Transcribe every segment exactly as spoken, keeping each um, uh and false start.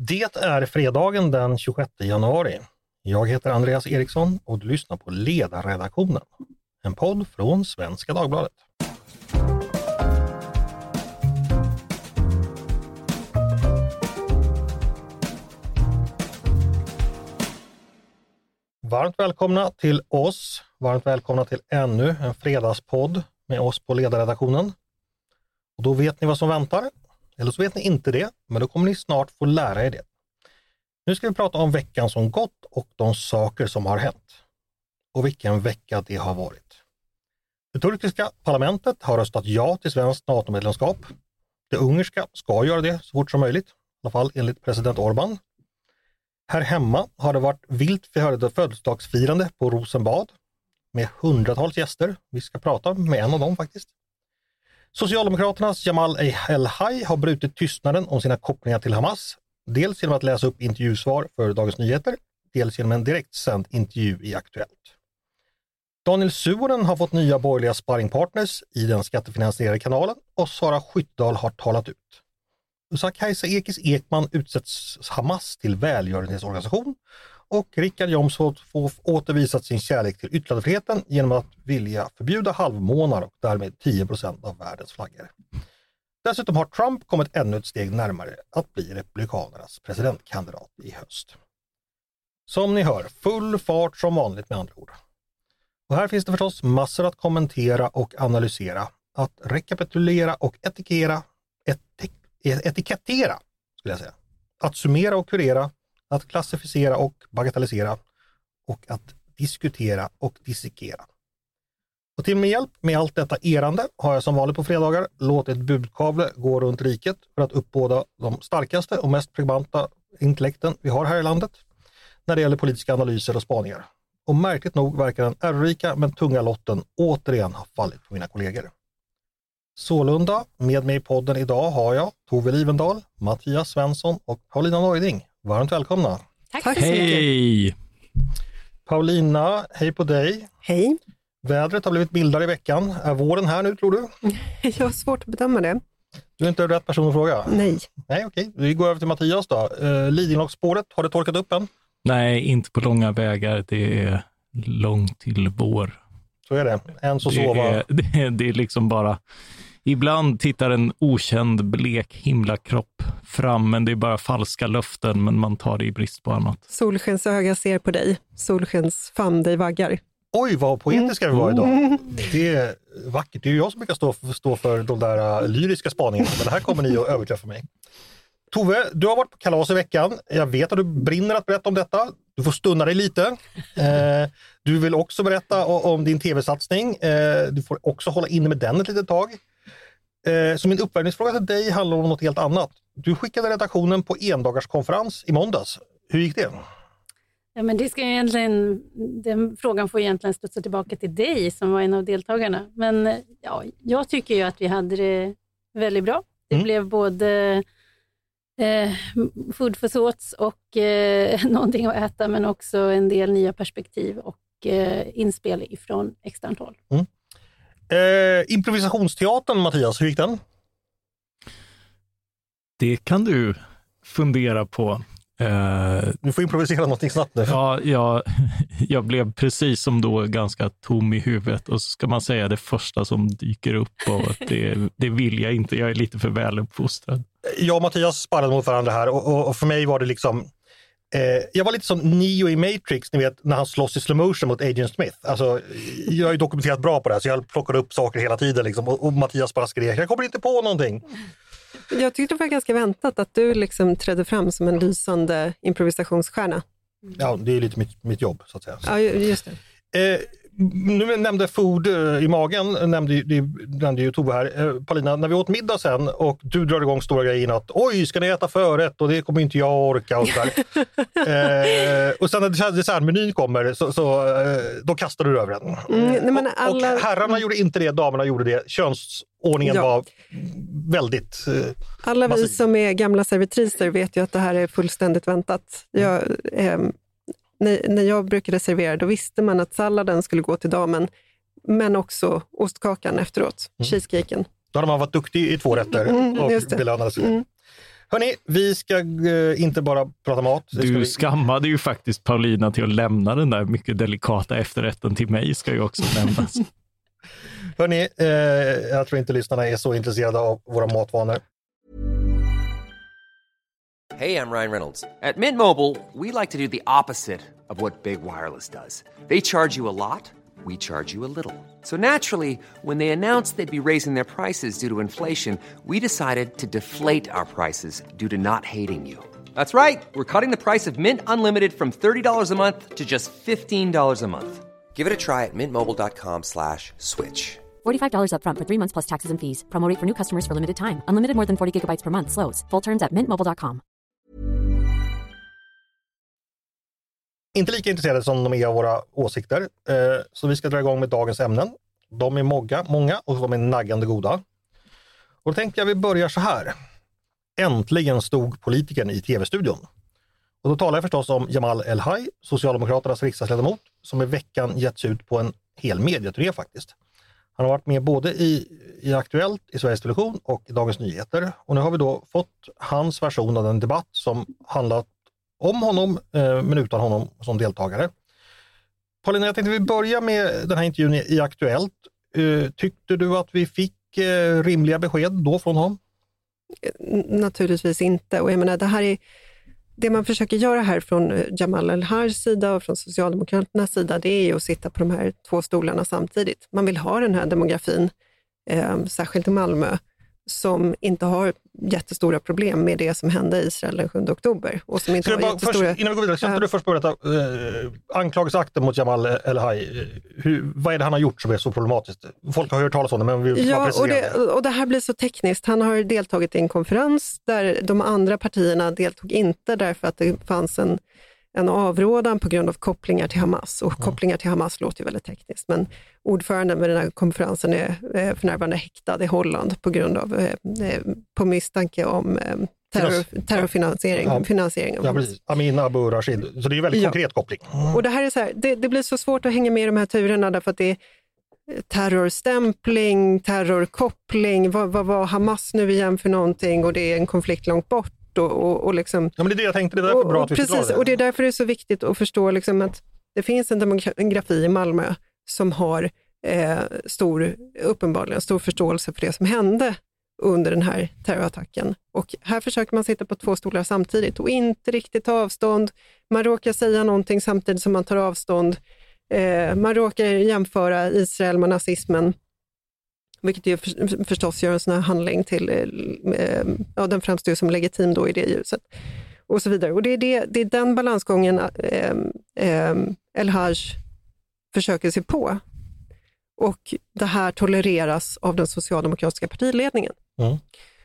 Det är fredagen den tjugosjätte januari. Jag heter Andreas Eriksson och du lyssnar på Ledarredaktionen. En podd från Svenska Dagbladet. Varmt välkomna till oss. Varmt välkomna till ännu en fredagspodd med oss på Ledarredaktionen. Och då vet ni vad som väntar. Eller så vet ni inte det, men då kommer ni snart få lära er det. Nu ska vi prata om veckan som gått och de saker som har hänt. Och vilken vecka det har varit. Det turkiska parlamentet har röstat ja till svenskt NATO-medlemskap. Det ungerska ska göra det så fort som möjligt, i alla fall enligt president Orbán. Här hemma har det varit vilt födelsedagsfirande på Rosenbad med hundratals gäster. Vi ska prata med en av dem faktiskt. Socialdemokraternas Jamal El-Haj har brutit tystnaden om sina kopplingar till Hamas. Dels genom att läsa upp intervjusvar för Dagens Nyheter, dels genom en direktsänd intervju i Aktuellt. Daniel Suhonen har fått nya borgerliga sparringpartners i den skattefinansierade kanalen och Sara Skyttedal har talat ut. Kajsa Ekis Ekman utsätts Hamas till välgörenhetsorganisation och Richard Jomshof får återvisat sin kärlek till yttrandefriheten genom att vilja förbjuda halvmånar och därmed tio procent av världens flaggor. Dessutom har Trump kommit ännu ett steg närmare att bli republikanernas presidentkandidat i höst. Som ni hör, full fart som vanligt med andra ord. Och här finns det förstås massor att kommentera och analysera, att rekapitulera och etikera, etik, etikettera skulle jag säga. Att summera och kurera, att klassificera och bagatellisera och att diskutera och dissekera. Och till med hjälp med allt detta erande har jag som vanligt på fredagar låtit budkavle gå runt riket för att uppbåda de starkaste och mest pregnanta intellekten vi har här i landet när det gäller politiska analyser och spaningar. Och märkligt nog verkar den ärorika men tunga lotten återigen ha fallit på mina kollegor. Sålunda, med mig i podden idag har jag Tove Livendal, Mattias Svensson och Paulina Neuding. Varmt välkomna. Tack, Tack så mycket. Hej! Paulina, hej på dig. Hej. Vädret har blivit mildare i veckan. Är våren här nu tror du? Jag har svårt att bedöma det. Du är inte rätt person att fråga? Nej. Nej, okej. Vi går över till Mattias då. Uh, Lidingöspåret, har det torkat upp än? Nej, inte på långa vägar. Det är långt till vår. Så är det. En så det sova. Är, det, är, det är liksom bara... Ibland tittar en okänd blek himlakropp fram, men det är bara falska löften, men man tar det i brist på annat. Solskens öga ser på dig. Solskens famn dig vaggar. Oj, vad poetiska vi var idag. Det är vackert. Det är ju jag som brukar stå, stå för de där lyriska spaningarna, men här kommer ni att överträffa mig. Tove, du har varit på kalas i veckan. Jag vet att du brinner att berätta om detta. Du får stunna dig lite. Eh, du vill också berätta om din tv-satsning. Eh, du får också hålla inne med den ett litet tag. Eh, så min uppvärmningsfråga till dig handlar om något helt annat. Du skickade redaktionen på endagarskonferens i måndags. Hur gick det? Ja, men det ska egentligen, den frågan får egentligen studsa tillbaka till dig som var en av deltagarna. Men ja, jag tycker ju att vi hade det väldigt bra. Det mm. blev både eh, food for thoughts och eh, någonting att äta, men också en del nya perspektiv och eh, inspel ifrån externt håll. Mm. Eh, improvisationsteatern, Mattias, hur gick den? Det kan du fundera på. Uh, du får improvisera någonting snabbt nu. Ja, jag, jag blev precis som då ganska tom i huvudet och så ska man säga det första som dyker upp och det, det vill jag inte, jag är lite för väluppfostrad. Jag och Mattias sparrade mot varandra här och, och, och för mig var det liksom eh, jag var lite som Neo i Matrix, ni vet när han slåss i slow motion mot Agent Smith. Alltså, jag är dokumenterat bra på det här så jag plockade upp saker hela tiden liksom, och, och Mattias bara skrek, jag kommer inte på någonting. Jag tyckte det var ganska väntat att du liksom trädde fram som en lysande improvisationsstjärna. Ja, det är lite mitt, mitt jobb så att säga. Ja, just det. Eh, nu nämnde food i magen, nämnde, det, nämnde ju Tove här. Eh, Paulina, när vi åt middag sen och du drar igång stora grejer att oj, ska ni äta förrätt och det kommer inte jag orka och sådär. eh, och sen när dessertmenyn kommer så, så eh, då kastar du över den. Mm, nej, men alla... och, och herrarna gjorde inte det, damerna gjorde det. Könsordningen ja. var väldigt eh, Alla vi massiv. som är gamla servitriser vet ju att det här är fullständigt väntat. Jag... Eh, När, när jag brukade servera, då visste man att salladen skulle gå till damen, men också ostkakan efteråt, mm. cheesecaken. Då hade man varit duktig i två rätter mm, och belönades. Mm. Hörrni, vi ska uh, inte bara prata mat. Det du vi... skammade ju faktiskt Paulina till att lämna den där mycket delikata efterrätten till mig, ska ju också nämnas. Hörrni, uh, jag tror inte lyssnarna är så intresserade av våra matvanor. Hey, I'm Ryan Reynolds. At Mint Mobile, we like to do the opposite of what Big Wireless does. They charge you a lot, we charge you a little. So naturally, when they announced they'd be raising their prices due to inflation, we decided to deflate our prices due to not hating you. That's right. We're cutting the price of Mint Unlimited from thirty dollars a month to just fifteen dollars a month. Give it a try at mintmobile.com slash switch. forty-five dollars up front for three months plus taxes and fees. Promo rate for new customers for limited time. Unlimited more than forty gigabytes per month slows. Full terms at mint mobile dot com. Inte lika intresserade som de är av våra åsikter. Så vi ska dra igång med dagens ämnen. De är många, många och de är naggande goda. Och då tänkte jag vi börjar så här. Äntligen stod politikern i tv-studion. Och då talar jag förstås om Jamal El-Haj, Socialdemokraternas riksdagsledamot, som i veckan getts ut på en hel medieturné faktiskt. Han har varit med både i, i Aktuellt, i Sveriges Television och i Dagens Nyheter. Och nu har vi då fått hans version av den debatt som handlat om honom, eh, men utan honom som deltagare. Paulina, jag tänkte vi börja med den här intervjun i, i Aktuellt. Eh, tyckte du att vi fick eh, rimliga besked då från honom? Naturligtvis inte. Och jag menar, det här är det man försöker göra här från Jamal El-Hajs sida och från Socialdemokraternas sida, det är ju att sitta på de här två stolarna samtidigt. Man vill ha den här demografin, eh, särskilt i Malmö, som inte har jättestora problem med det som hände i Israel den sjunde oktober. Och som inte har bara, jättestora... först, innan vi går vidare, så uh, du först berätta eh, anklagelseakten mot Jamal El-Haj. Hur, vad är det han har gjort som är så problematiskt? Folk har hört talas om det, men vi vill ja, precisera och det. Och det här blir så tekniskt. Han har deltagit i en konferens där de andra partierna deltog inte därför att det fanns en en avrådan på grund av kopplingar till Hamas. Och kopplingar till Hamas låter ju väldigt tekniskt, men ordföranden med den här konferensen är för närvarande häktad i Holland på grund av eh, på misstanke om eh, terror, terrorfinansiering. Ja, finansiering av ja, precis. Amin Abu Rashid. Så det är ju väldigt ja. konkret koppling. Mm. Och det här är så här, det, det blir så svårt att hänga med i de här turerna därför att det är terrorstämpling, terrorkoppling, vad, vad var Hamas nu igen för någonting, och det är en konflikt långt bort. Och, och, och liksom, ja, men det är det jag tänkte, det är därför och, bra att vi precis, det. Och det är därför det är så viktigt att förstå liksom att det finns en demografi i Malmö som har eh, stor, uppenbarligen stor förståelse för det som hände under den här terrorattacken. Och här försöker man sitta på två stolar samtidigt och inte riktigt ta avstånd. Man råkar säga någonting samtidigt som man tar avstånd. Eh, man råkar jämföra Israel med nazismen. Vilket ju för, förstås gör en sån här handling till, eh, ja, den framstår som legitim då i det ljuset. Och så vidare. Och det är, det, det är den balansgången eh, eh, El-Haj försöker sig på. Och det här tolereras av den socialdemokratiska partiledningen. Mm.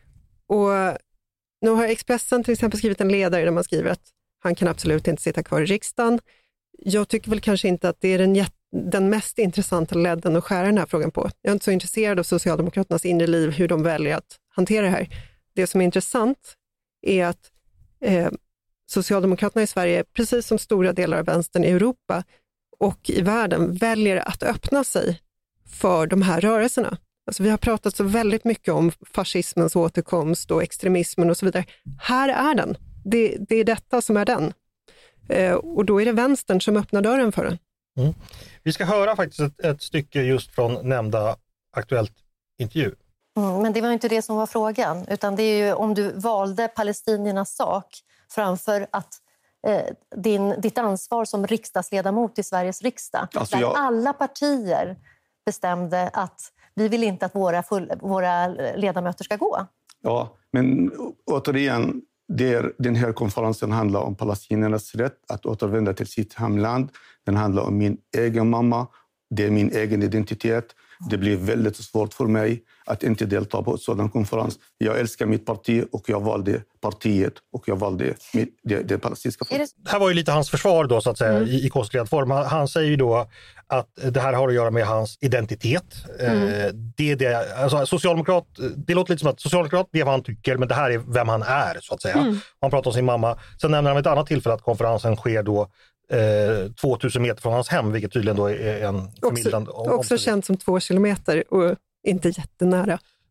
Och nu har Expressen till exempel skrivit en ledare där man skriver att han kan absolut inte sitta kvar i riksdagen. Jag tycker väl kanske inte att det är den jätte den mest intressanta ledden att skära den här frågan på. Jag är inte så intresserad av Socialdemokraternas inre liv, hur de väljer att hantera det här. Det som är intressant är att eh, Socialdemokraterna i Sverige, precis som stora delar av vänstern i Europa och i världen, väljer att öppna sig för de här rörelserna. Alltså vi har pratat så väldigt mycket om fascismens återkomst och extremismen och så vidare. Här är den. Det, det är detta som är den. Eh, och då är det vänstern som öppnar dörren för den. Mm. Vi ska höra faktiskt ett, ett stycke just från nämnda Aktuellt intervju. Mm, men det var ju inte det som var frågan, utan det är ju om du valde palestiniernas sak framför att eh, din, ditt ansvar som riksdagsledamot i Sveriges riksdag. Alltså där jag... alla partier bestämde att vi vill inte att våra, full, våra ledamöter ska gå. Ja, men återigen, där den här konferensen handlar om palestiniernas rätt att återvända till sitt hemland. Den handlar om min egen mamma. Det är min egen identitet. Det blir väldigt svårt för mig att inte delta på en sådan konferens. Jag älskar mitt parti och jag valde partiet och jag valde mitt, det, det palestinska folket. Det här var ju lite hans försvar då, så att säga, mm. i, i konstruerad form. Han, han säger ju då att det här har att göra med hans identitet. Mm. Eh, det är det, alltså, socialdemokrat, det låter lite som att socialdemokrat, det är vad han tycker, men det här är vem han är, så att säga. Mm. Han pratar om sin mamma. Sen nämner han vid ett annat tillfälle att konferensen sker då Eh, tvåtusen meter från hans hem, vilket tydligen då är en förmildrande Också, också känt som två kilometer och inte jättenära.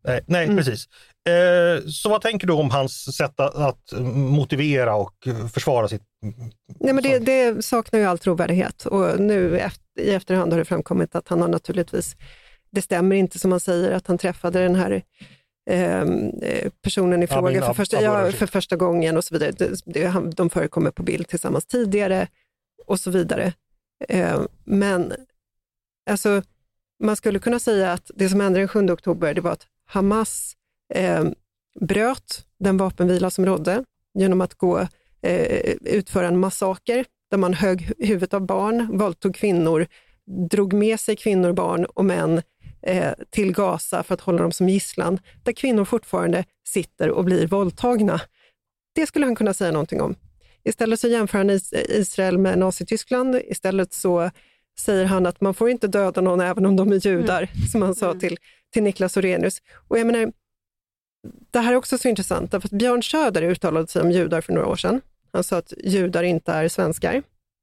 Nej, nej mm. precis. Eh, så vad tänker du om hans sätt att, att motivera och försvara sitt... Nej, men det, det saknar ju all trovärdighet. Och nu efter, i efterhand har det framkommit att han har naturligtvis... Det stämmer inte som man säger att han träffade den här eh, personen i fråga för första, ja, för första gången och så vidare. Det, det, de förekommer på bild tillsammans tidigare och så vidare. Eh, men alltså, man skulle kunna säga att det som hände den sjunde oktober, det var att Hamas eh, bröt den vapenvila som rådde genom att gå eh, utföra en massaker där man högg huvudet av barn, våldtog kvinnor, drog med sig kvinnor, barn och män eh, till Gaza för att hålla dem som gisslan, där kvinnor fortfarande sitter och blir våldtagna. Det skulle han kunna säga någonting om. Istället så jämför han Israel med Nazityskland. Istället så säger han att man får inte döda någon även om de är judar, mm. som han sa till, till Niklas Orrenius. Och jag menar, det här är också så intressant, därför att Björn Söder uttalade sig om judar för några år sedan. Han sa att judar inte är svenskar.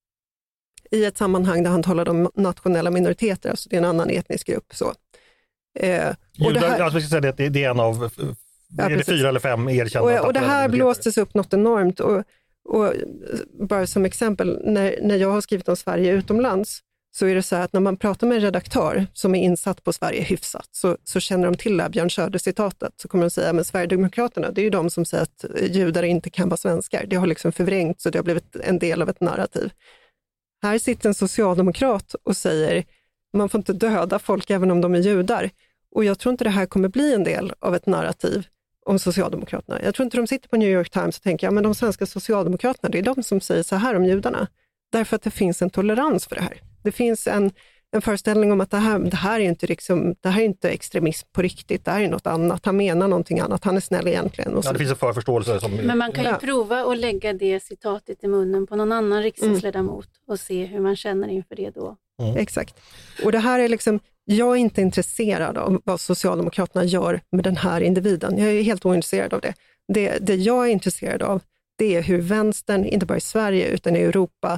I ett sammanhang där han talade om nationella minoriteter, alltså det är en annan etnisk grupp. Så. Eh, och judar, det här, alltså, jag ska säga det, det är en av ja, är det fyra eller fem erkända. Och, och det här blåstes upp något enormt. Och, och bara som exempel, när, när jag har skrivit om Sverige utomlands, så är det så här att när man pratar med en redaktör som är insatt på Sverige hyfsat, så, så känner de till det här Björn Söder-citatet. Så kommer de säga, men Sverigedemokraterna, det är ju de som säger att judar inte kan vara svenskar. Det har liksom förvrängt, så det har blivit en del av ett narrativ. Här sitter en socialdemokrat och säger, man får inte döda folk även om de är judar. Och jag tror inte det här kommer bli en del av ett narrativ om Socialdemokraterna. Jag tror inte de sitter på New York Times och tänker, ja men de svenska Socialdemokraterna, det är de som säger så här om judarna. Därför att det finns en tolerans för det här. Det finns en, en föreställning om att det här, det här är inte liksom, det här är inte extremism på riktigt, det här är något annat. Han menar någonting annat, han är snäll egentligen. Och så. Ja, det finns en förförståelse. Som... Men man kan ju ja. prova att lägga det citatet i munnen på någon annan riksdagsledamot mm. och se hur man känner inför det då. Mm. Exakt. Och det här är liksom, jag är inte intresserad av vad Socialdemokraterna gör med den här individen. Jag är helt ointresserad av det. Det, det jag är intresserad av, det är hur vänstern, inte bara i Sverige utan i Europa,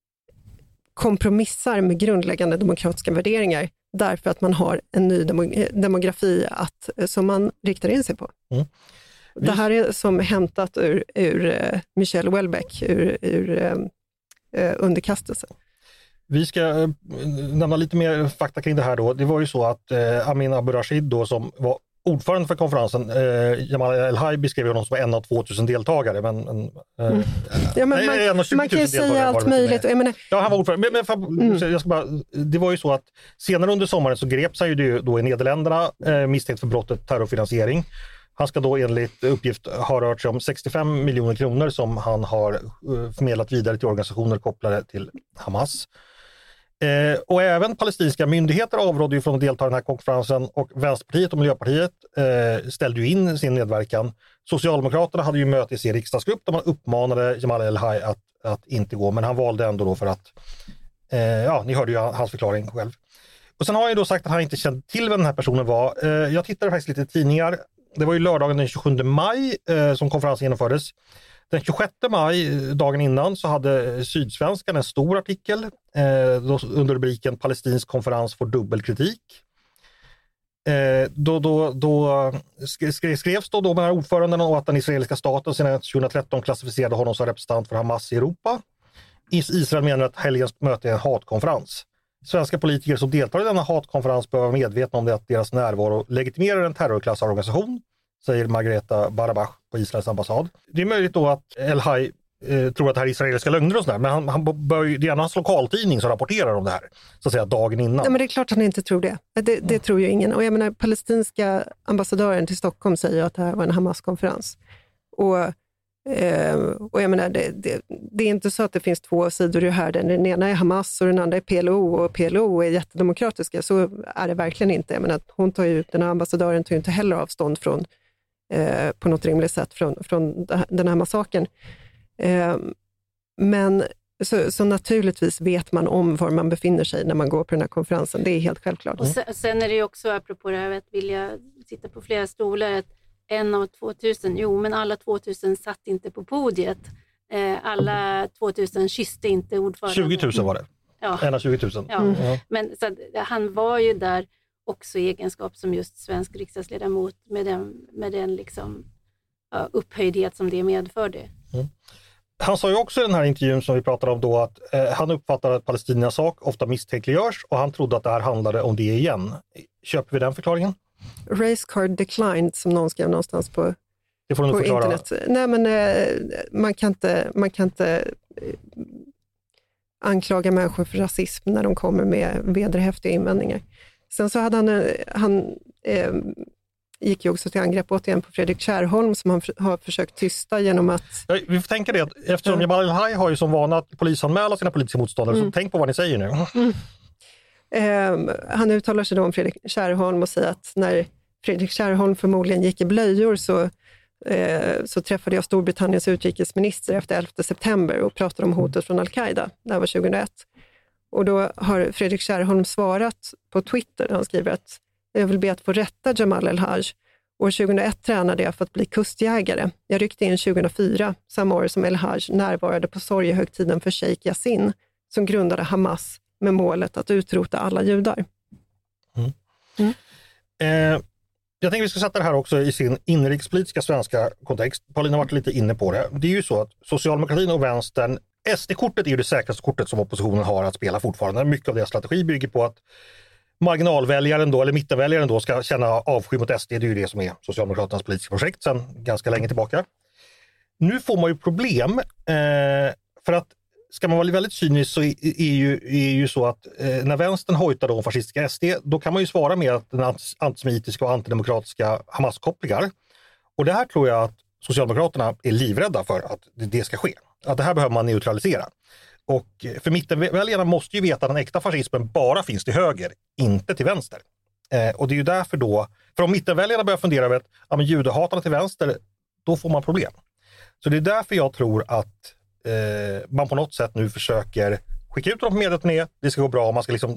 kompromissar med grundläggande demokratiska värderingar därför att man har en ny demo- demografi att, som man riktar in sig på. Mm. Det här är som hämtat ur, ur uh, Michel Houellebecq, ur, ur uh, underkastelsen. Vi ska uh, nämna lite mer fakta kring det här då. Det var ju så att uh, Amin Abu Rashid då, som var ordförande för konferensen, eh, Jamal El-Haj beskrev honom som en av tvåtusen deltagare. Men, en, eh, mm. ja, men nej, man, en av man kan ju säga allt möjligt. Jag menar, ja, han var ordförande. Men, men, mm. jag ska bara, det var ju så att senare under sommaren så greps han ju då i Nederländerna eh, misstänkt för brottet terrorfinansiering. Han ska då enligt uppgift ha rört sig om sextiofem miljoner kronor som han har eh, förmedlat vidare till organisationer kopplade till Hamas. Eh, och även palestinska myndigheter avrådde ju från att delta i den här konferensen, och Vänsterpartiet och Miljöpartiet eh, ställde ju in sin medverkan. Socialdemokraterna hade ju möte i sin riksdagsgrupp där man uppmanade Jamal El-Haj att, att inte gå, men han valde ändå då för att, eh, ja, ni hörde ju hans förklaring själv. Och sen har han ju då sagt att han inte kände till vem den här personen var. Eh, jag tittade faktiskt lite i tidningar. Det var ju lördagen den tjugosjunde maj eh, som konferensen genomfördes. Den tjugosjätte maj, dagen innan, så hade Sydsvenskan en stor artikel eh, då, under rubriken Palestinsk konferens får dubbelkritik. Eh, då, då, då skrev, skrevs då, då med ordföranden och att den israeliska staten sedan tjugohundratretton klassificerade honom som representant för Hamas i Europa. Israel menar att helgens möte är en hatkonferens. Svenska politiker som deltar i denna hatkonferens bör vara medvetna om det, att deras närvaro legitimerar en terrorklassad organisation, säger Margareta Barabach på Israels ambassad. Det är möjligt då att El-Haj eh, tror att det här är israeliska lögner och sådär, men han, han bör, det är gärna hans lokaltidning som rapporterar om det här, så att säga dagen innan. Nej, men det är klart att han inte tror det. Det, det mm. tror ju ingen. Och jag menar, palestinska ambassadören till Stockholm säger att det här var en Hamas-konferens. Och, eh, och jag menar, det, det, det är inte så att det finns två sidor i det här. Den ena är Hamas och den andra är P L O, och P L O är jättedemokratiska. Så är det verkligen inte. Jag menar, hon tar ju, den här ambassadören tar ju inte heller avstånd från Eh, på något rimligt sätt från, från den här massaken. Eh, men så, så naturligtvis vet man om var man befinner sig när man går på den här konferensen. Det är helt självklart. Och sen, sen är det ju också, apropå det här att vilja sitta på flera stolar, att en av tvåtusen, jo men alla tvåtusen satt inte på podiet. Eh, alla tvåtusen kysste inte ordföranden. tjugo tusen var det. Ja. En av tjugo tusen. Ja. Mm. Men så att, han var ju där. också i egenskap som just svensk riksdagsledamot med den, med den liksom, ja, upphöjdhet som det medförde. Mm. Han sa ju också i den här intervjun som vi pratade om då att eh, han uppfattar att Palestinas sak ofta misstänkliggörs och han trodde att det här handlade om det igen. Köper vi den förklaringen? Race card declined som någon skrev någonstans på, det får du på förklara. internet. Nej, men eh, man kan inte, man kan inte eh, anklaga människor för rasism när de kommer med vederhäftiga invändningar. Sen så hade han, han eh, gick ju också till angrepp återigen på Fredrik Kärrholm som han f- har försökt tysta genom att... Ja, vi får tänka det, eftersom Jamal El-Haj har ju som vana att polisanmäla sina politiska motståndare, mm. så tänk på vad ni säger nu. Mm. Eh, han uttalar sig då om Fredrik Kärrholm och säger att när Fredrik Kärrholm förmodligen gick i blöjor så, eh, så träffade jag Storbritanniens utrikesminister efter elfte september och pratade om hotet från Al-Qaida. Det här var tjugohundraett. Och då har Fredrik Kärrholm svarat på Twitter. Han skriver att jag vill be att få rätta Jamal El-Haj. År tjugohundraett tränade jag för att bli kustjägare. Jag ryckte in tjugohundrafyra, samma år som El-Haj närvarade på sorgehögtiden för Sheikh Yassin som grundade Hamas med målet att utrota alla judar. Mm. Mm. Eh, jag tänker vi ska sätta det här också i sin inrikespolitiska svenska kontext. Paulina har varit lite inne på det. Det är ju så att socialdemokratin och vänstern, S D-kortet är ju det säkraste kortet som oppositionen har att spela fortfarande. Mycket av deras strategi bygger på att marginalväljaren då, eller mittenväljaren då, ska känna avsky mot S D. Det är ju det som är Socialdemokraternas politiska projekt sedan ganska länge tillbaka. Nu får man ju problem eh, för att ska man vara väldigt cynisk så är, är, ju, är ju så att eh, när vänstern hojtar om fascistiska S D, då kan man ju svara med att den antisemitiska och antidemokratiska Hamas-kopplingar. Och det här tror jag att Socialdemokraterna är livrädda för att det ska ske. Att det här behöver man neutralisera. Och för mittenväljarna måste ju veta att den äkta fascismen bara finns till höger, inte till vänster. Eh, och det är ju därför då, för om mittenväljarna börjar fundera över att ja, men judehatarna till vänster, då får man problem. Så det är därför jag tror att eh, man på något sätt nu försöker skicka ut dem på medlet med, det ska gå bra, man ska liksom,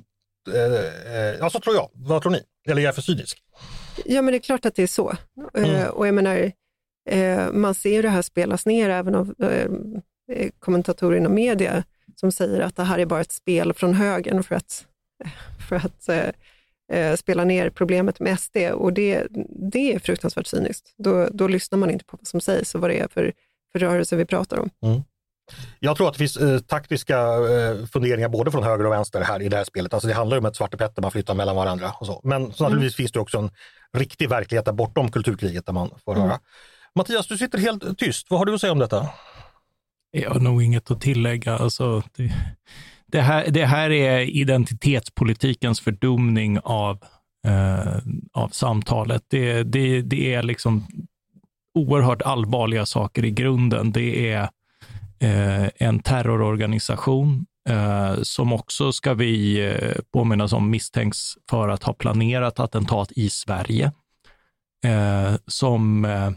eh, eh, ja så tror jag, vad tror ni? Eller jag är för cynisk? Ja men det är klart att det är så. Mm. Eh, och jag menar, eh, man ser ju det här spelas ner även av eh, kommentatorer inom media som säger att det här är bara ett spel från högern för att, för att eh, spela ner problemet med S D. Och det, det är fruktansvärt cyniskt. Då, då lyssnar man inte på vad som sägs och vad det är för, för rörelser vi pratar om. Mm. Jag tror att det finns eh, taktiska eh, funderingar både från höger och vänster här i det här spelet. Alltså det handlar ju om ett Svarte Petter man flyttar mellan varandra och så. Men så naturligtvis mm. finns det också en riktig verklighet där bortom kulturkriget där man får mm. höra. Mattias, du sitter helt tyst. Vad har du att säga om detta? Jag har nog inget att tillägga. Alltså, det, det, här, det här är identitetspolitikens fördumning av, eh, av samtalet. Det, det, det är liksom oerhört allvarliga saker i grunden. Det är eh, en terrororganisation eh, som också, ska vi eh, påminna om, misstänks för att ha planerat attentat i Sverige. Eh, som... Eh,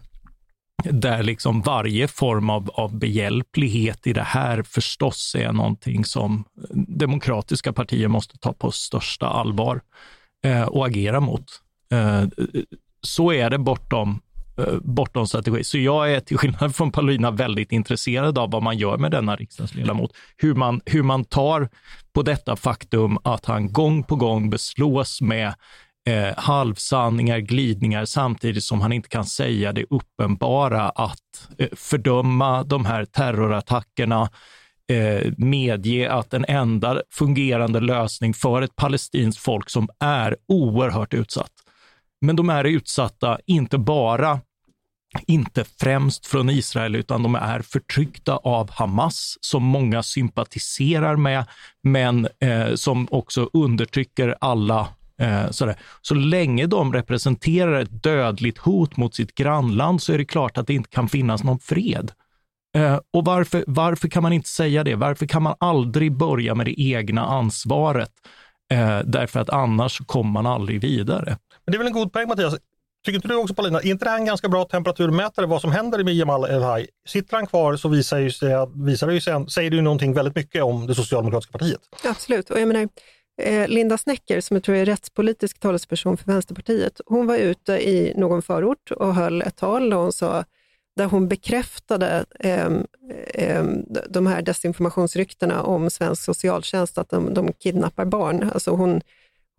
där liksom varje form av, av behjälplighet i det här förstås är någonting som demokratiska partier måste ta på största allvar eh, och agera mot. Eh, så är det bortom, eh, bortom strategi. Så jag är till skillnad från Paulina väldigt intresserad av vad man gör med denna riksdagsledamot. Hur man, hur man tar på detta faktum att han gång på gång beslås med Eh, halvsanningar, glidningar, samtidigt som han inte kan säga det uppenbara att eh, fördöma de här terrorattackerna, eh, medge att en enda fungerande lösning för ett palestinskt folk som är oerhört utsatt. Men de är utsatta inte bara, inte främst från Israel, utan de är förtryckta av Hamas som många sympatiserar med, men eh, som också undertrycker alla. Så, så länge de representerar ett dödligt hot mot sitt grannland så är det klart att det inte kan finnas någon fred. Och varför, varför kan man inte säga det? Varför kan man aldrig börja med det egna ansvaret? Därför att annars kommer man aldrig vidare. Men det är väl en god poäng, Mattias. Tycker inte du också, Paulina, är inte det här en ganska bra temperaturmätare vad som händer med Jamal El-Haj? Sitter han kvar så visar, ju sig, visar det ju sig, säger du någonting väldigt mycket om det socialdemokratiska partiet. Absolut, och jag menar Linda Snecker, som jag tror är rättspolitisk talesperson för Vänsterpartiet, hon var ute i någon förort och höll ett tal där hon, sa, där hon bekräftade eh, eh, de här desinformationsryktena om svensk socialtjänst, att de, de kidnappar barn. Alltså hon,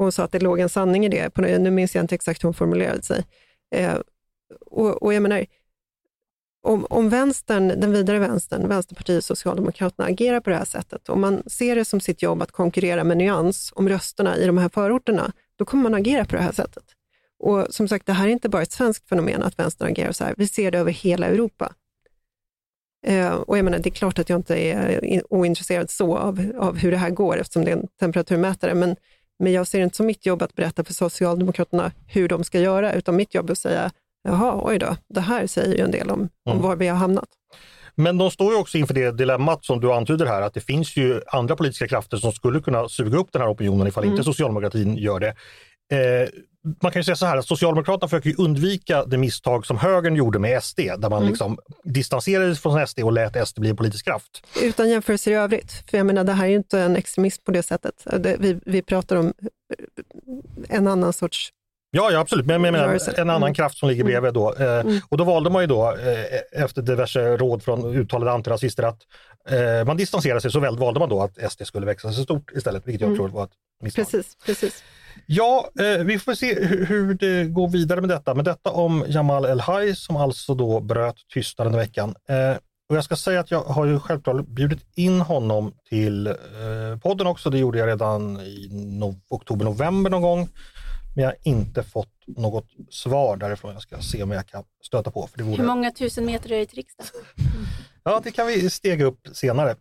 Och hon sa att det låg en sanning i det. På, nu minns jag inte exakt hur hon formulerade sig. Eh, och, och jag menar, om, om vänstern, den vidare vänstern, Vänsterpartiet, Socialdemokraterna agerar på det här sättet, om man ser det som sitt jobb att konkurrera med nyans om rösterna i de här förorterna, då kommer man agera på det här sättet. Och som sagt, det här är inte bara ett svenskt fenomen att vänstern agerar så här. Vi ser det över hela Europa. Eh, och jag menar, det är klart att jag inte är in, ointresserad så av, av hur det här går eftersom det är en temperaturmätare, men, men jag ser det inte som mitt jobb att berätta för Socialdemokraterna hur de ska göra, utan mitt jobb är att säga, jaha, oj då, det här säger ju en del om, om mm. var vi har hamnat. Men de står ju också inför det dilemmat som du antyder här, att det finns ju andra politiska krafter som skulle kunna suga upp den här opinionen ifall mm. inte socialdemokratin gör det. Eh, man kan ju säga så här att Socialdemokraterna försöker ju undvika det misstag som högern gjorde med S D, där man mm. liksom distanserade från S D och lät S D bli en politisk kraft. Utan jämförelse i övrigt, för jag menar, det här är ju inte en extremism på det sättet. Det, vi, vi pratar om en annan sorts... Ja, ja absolut, men jag menar en annan mm. kraft som ligger bredvid då. Eh, mm. Och då valde man ju då, eh, efter diverse råd från uttalade antirasister, att eh, man distanserade sig, så väl valde man då att S D skulle växa så stort istället, vilket jag mm. tror var ett misstag. Precis, precis. Ja, eh, vi får se hur, hur det går vidare med detta. Men detta om Jamal El-Haj som alltså då bröt tystnaden i veckan. Eh, och jag ska säga att jag har ju självklart bjudit in honom till eh, podden också. Det gjorde jag redan i no- oktober-november någon gång. Men jag har inte fått något svar därifrån. Jag ska se om jag kan stöta på. För det vore... Hur många tusen meter är det till riksdagen? Mm. Ja, det kan vi stega upp senare.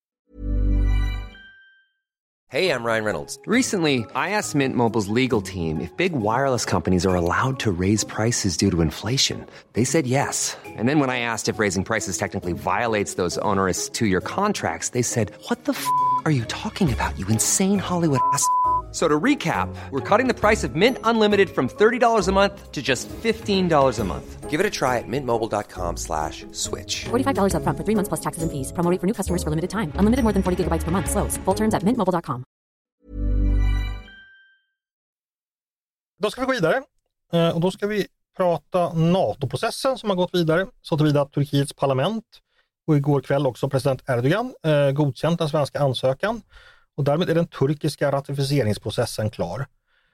Hey, I'm Ryan Reynolds. Recently, I asked Mint Mobile's legal team if big wireless companies are allowed to raise prices due to inflation. They said yes. And then when I asked if raising prices technically violates those onerous two-year contracts, they said, what the f*** are you talking about, you insane Hollywood ass f- So to recap, we're cutting the price of Mint Unlimited from thirty dollars a month to just fifteen dollars a month. Give it a try at mintmobile.com slash switch. forty-five dollars up front for three months plus taxes and fees. Promo rate for new customers for limited time. Unlimited more than forty gigabytes per month. Slows full terms at mint mobile dot com. Då ska vi gå vidare. Och då ska vi prata NATO-processen som har gått vidare. Så tillvida att Turkiets parlament och igår kväll också president Erdogan eh, godkänt den svenska ansökan. Och därmed är den turkiska ratificeringsprocessen klar.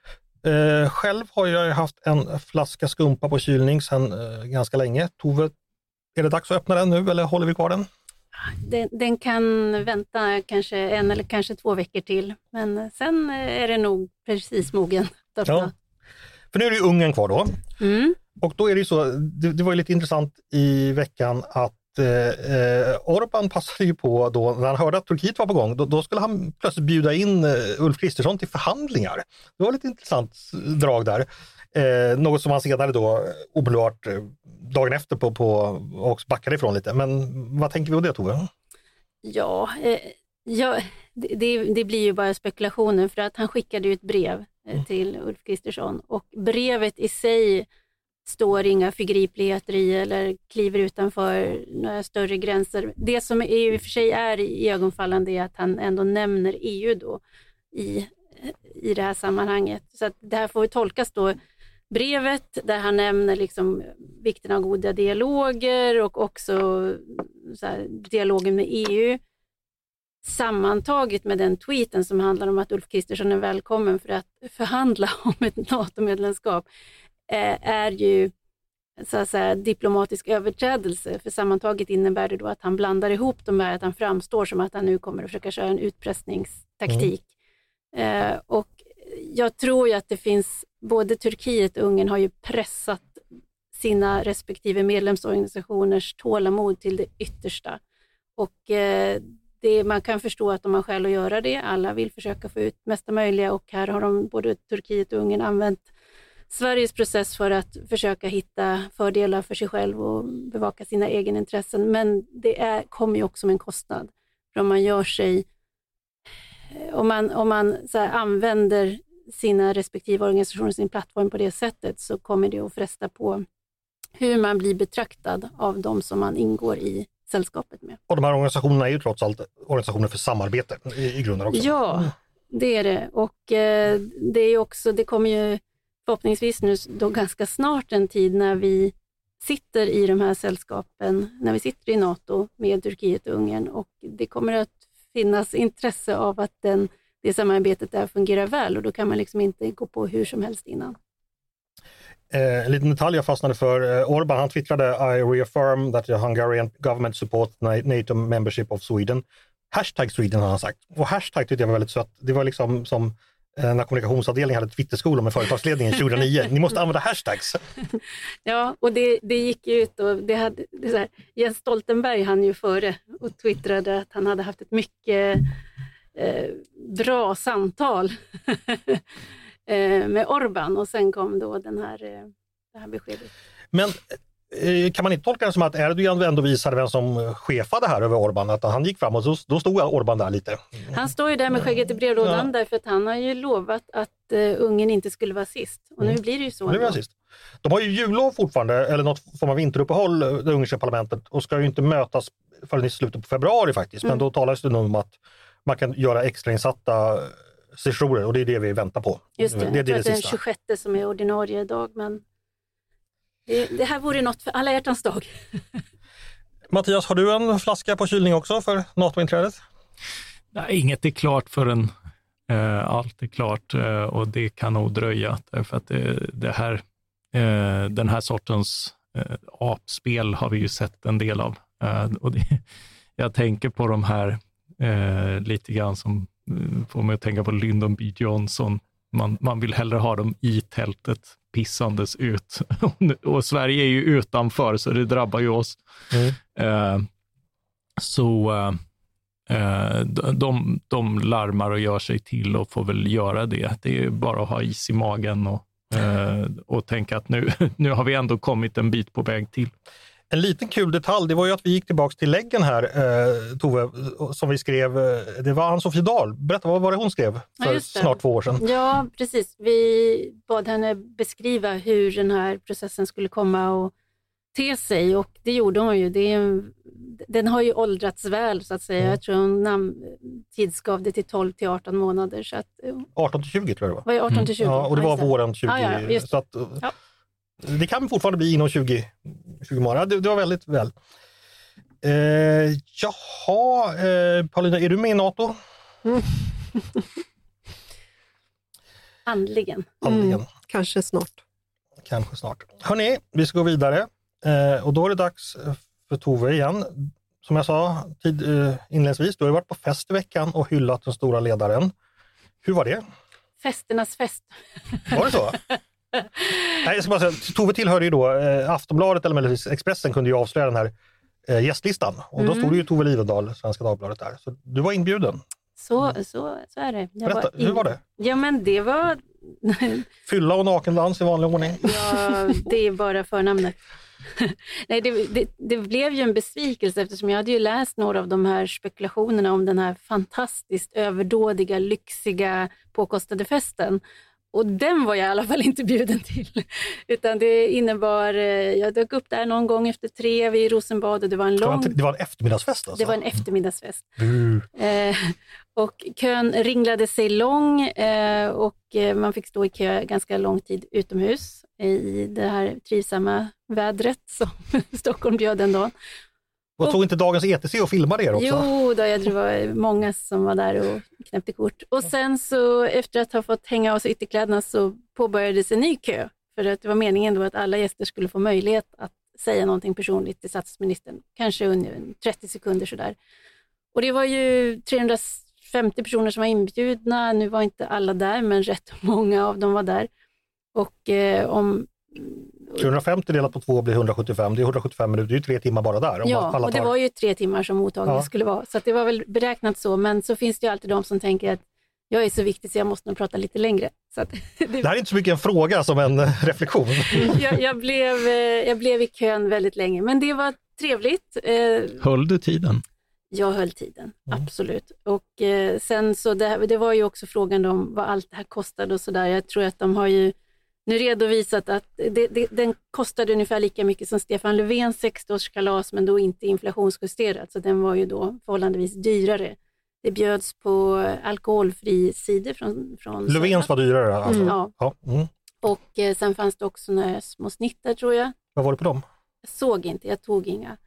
Eh, själv har jag haft en flaska skumpa på kylning sedan eh, ganska länge. Tove, är det dags att öppna den nu eller håller vi kvar den? Den, den kan vänta kanske en eller kanske två veckor till. Men sen är det nog precis mogen att öppna. Ja. För nu är det ju Ungern kvar då. Mm. Och då är det ju så, det, det var ju lite intressant i veckan att Eh, Orbán passade ju på då när han hörde att Turkiet var på gång, då, då skulle han plötsligt bjuda in eh, Ulf Kristersson till förhandlingar. Det var lite intressant drag där. Eh, något som han senare då omedelbart eh, dagen efter på, på också backade ifrån lite. Men vad tänker vi om det, Tove? Ja, eh, ja det, det blir ju bara spekulationer, för att han skickade ju ett brev eh, till Ulf Kristersson, och brevet i sig står inga förgripligheter i eller kliver utanför några större gränser. Det som i och för sig är i ögonfallande är att han ändå nämner E U då i, i det här sammanhanget. Så att det här får tolkas då, brevet där han nämner liksom vikten av goda dialoger och också så här, dialogen med E U, sammantaget med den tweeten som handlar om att Ulf Kristersson är välkommen för att förhandla om ett NATO-medlemskap, är ju så att säga diplomatisk överträdelse, för sammantaget innebär det då att han blandar ihop de här, att han framstår som att han nu kommer att försöka köra en utpressningstaktik. Mm. Eh, och jag tror ju att det finns, både Turkiet och Ungern har ju pressat sina respektive medlemsorganisationers tålamod till det yttersta, och eh, det, man kan förstå att de har skäl att göra det. Alla vill försöka få ut mesta möjliga, och här har de, både Turkiet och Ungern, använt Sveriges process för att försöka hitta fördelar för sig själv och bevaka sina egna intressen. Men det är, kommer ju också med en kostnad. För om man gör sig, om man, om man så här, använder sina respektive organisationer, sin plattform på det sättet, så kommer det att fresta på hur man blir betraktad av de som man ingår i sällskapet med. Och de här organisationerna är ju trots allt organisationer för samarbete i, i grunden också. Ja, det är det. Och eh, det är också, det kommer ju förhoppningsvis nu då ganska snart en tid när vi sitter i de här sällskapen, när vi sitter i NATO med Turkiet och Ungern, och det kommer att finnas intresse av att den det samarbetet där fungerar väl och då kan man liksom inte gå på hur som helst innan. Eh, en liten detalj jag fastnade för. Eh, Orbán, han twittrade I reaffirm that the Hungarian government support NATO membership of Sweden. Hashtag Sweden har han sagt. Och hashtag tyckte jag var väldigt sött. Det var liksom som eh, när kommunikationsavdelningen hade Twitterskola med företagsledningen tjugohundranion. Ni måste använda hashtags. Ja, och det, det gick ut och det hade, det så här, Jens Stoltenberg han ju före och twittrade att han hade haft ett mycket eh, bra samtal med Orbán och sen kom då den här, det här beskedet. Men kan man inte tolka det som att Erdogan ändå visade vem som chefade här över Orbán? Att han gick fram och då stod Orbán där lite. Han står ju där med skägget i brevlådan ja. Därför att han har ju lovat att uh, Ungern inte skulle vara sist. Och nu mm. blir det ju så. Nu blir sist. De har ju jullov fortfarande, eller något form av vinteruppehåll, det ungerska parlamentet, och ska ju inte mötas förrän i slutet på februari faktiskt. Men mm. då talas det nog om att man kan göra extrainsatta sessioner och det är det vi väntar på. Just det, det är det, det, det är den tjugosjätte som är ordinarie dag, men det, det här vore något för alla hjärtans dag. Mattias, har du en flaska på kylning också för NATO-inträdet? Nej, inget är klart förrän eh, allt är klart eh, och det kan nog dröja därför att det, det här, eh, den här sortens eh, apspel har vi ju sett en del av. Eh, och det, jag tänker på de här eh, lite grann som får mig att tänka på Lyndon B. Johnson. Man, man vill hellre ha dem i tältet pissandes ut. Och Sverige är ju utanför så det drabbar ju oss. Mm. Eh, så eh, de, de larmar och gör sig till och får väl göra det. Det är bara att ha is i magen och, eh, och tänka att nu, nu har vi ändå kommit en bit på väg till. En liten kul detalj, det var ju att vi gick tillbaka till läggen här, eh, Tove, som vi skrev, det var Ann-Sofie Dahl. Berätta, vad var det hon skrev för ja, snart två år sedan? Ja, precis. Vi bad henne beskriva hur den här processen skulle komma och te sig och det gjorde hon ju. Det är, den har ju åldrats väl så att säga. Mm. Jag tror hon namn, tidsgav det till tolv till arton månader. Så att, arton till tjugo tror jag det var. Var det arton till tjugo? Mm. Ja, och det var våren tjugo. Ja, ja, så att, ja. Det kan fortfarande bli inom tjugo, tjugo månader. Det, det var väldigt väl. Eh, jaha, eh, Paulina, är du med i NATO? Mm. Andligen. Andligen. Mm, kanske snart. Kanske snart. Hörrni, vi ska gå vidare. Eh, och då är det dags för Tove igen. Som jag sa tid, eh, inledningsvis, du har varit på fest i veckan och hyllat den stora ledaren. Hur var det? Festernas fest. Var det så? Nej, jag ska bara säga, Tove tillhörde ju då eh, Aftonbladet eller möjligtvis Expressen kunde ju avslöja den här eh, gästlistan. Och mm. då stod det ju Tove Livendal, Svenska Dagbladet där. Så du var inbjuden. Så, så, så är det. Jag Berätta, var hur var det? Ja, men det var... Fylla och nakendans i vanlig ordning. Ja, det är bara förnamnet. Nej, det, det, det blev ju en besvikelse eftersom jag hade ju läst några av de här spekulationerna om den här fantastiskt överdådiga, lyxiga, påkostade festen. Och den var jag i alla fall inte bjuden till. Utan det innebar, jag dök upp där någon gång efter tre vid Rosenbad och det var en lång... Det var en eftermiddagsfest alltså? Det var en eftermiddagsfest. Mm. Eh, och kön ringlade sig lång eh, och man fick stå i kö ganska lång tid utomhus i det här trivsamma vädret som Stockholm bjöd en dag. Och tog inte dagens E T C och filmade er också? Jo, då, jag, det var många som var där och knäppte kort. Och sen så efter att ha fått hänga av sig ytterkläderna så påbörjades en ny kö. För att det var meningen då att alla gäster skulle få möjlighet att säga någonting personligt till statsministern. Kanske under trettio sekunder sådär. Och det var ju trehundrafemtio personer som var inbjudna. Nu var inte alla där, men rätt många av dem var där. Och eh, om... trehundrafemtio delat på två blir hundrasjuttiofem. Det är hundrasjuttiofem minuter, det är ju tre timmar bara där. Om ja, alla och det tar... var ju tre timmar som mottagningen ja. skulle vara. Så att det var väl beräknat så. Men så finns det ju alltid de som tänker att jag är så viktig så jag måste nog prata lite längre. Så att det... det här är inte så mycket en fråga som en reflektion. jag, jag, blev, jag blev i kön väldigt länge, men det var trevligt. Höll du tiden? Jag höll tiden, mm. absolut. Och eh, sen så det, det var ju också frågan om vad allt det här kostade och sådär. Jag tror att de har ju nu redovisat att det, det, den kostade ungefär lika mycket som Stefan Löfvens sextioårskalas, men då inte inflationsjusterat. Så den var ju då förhållandevis dyrare. Det bjöds på alkoholfri cider från, från Löfvens var dyrare alltså? Mm, ja. ja. Mm. Och eh, sen fanns det också några små snittar tror jag. Vad var det på dem? Jag såg inte, jag tog inga.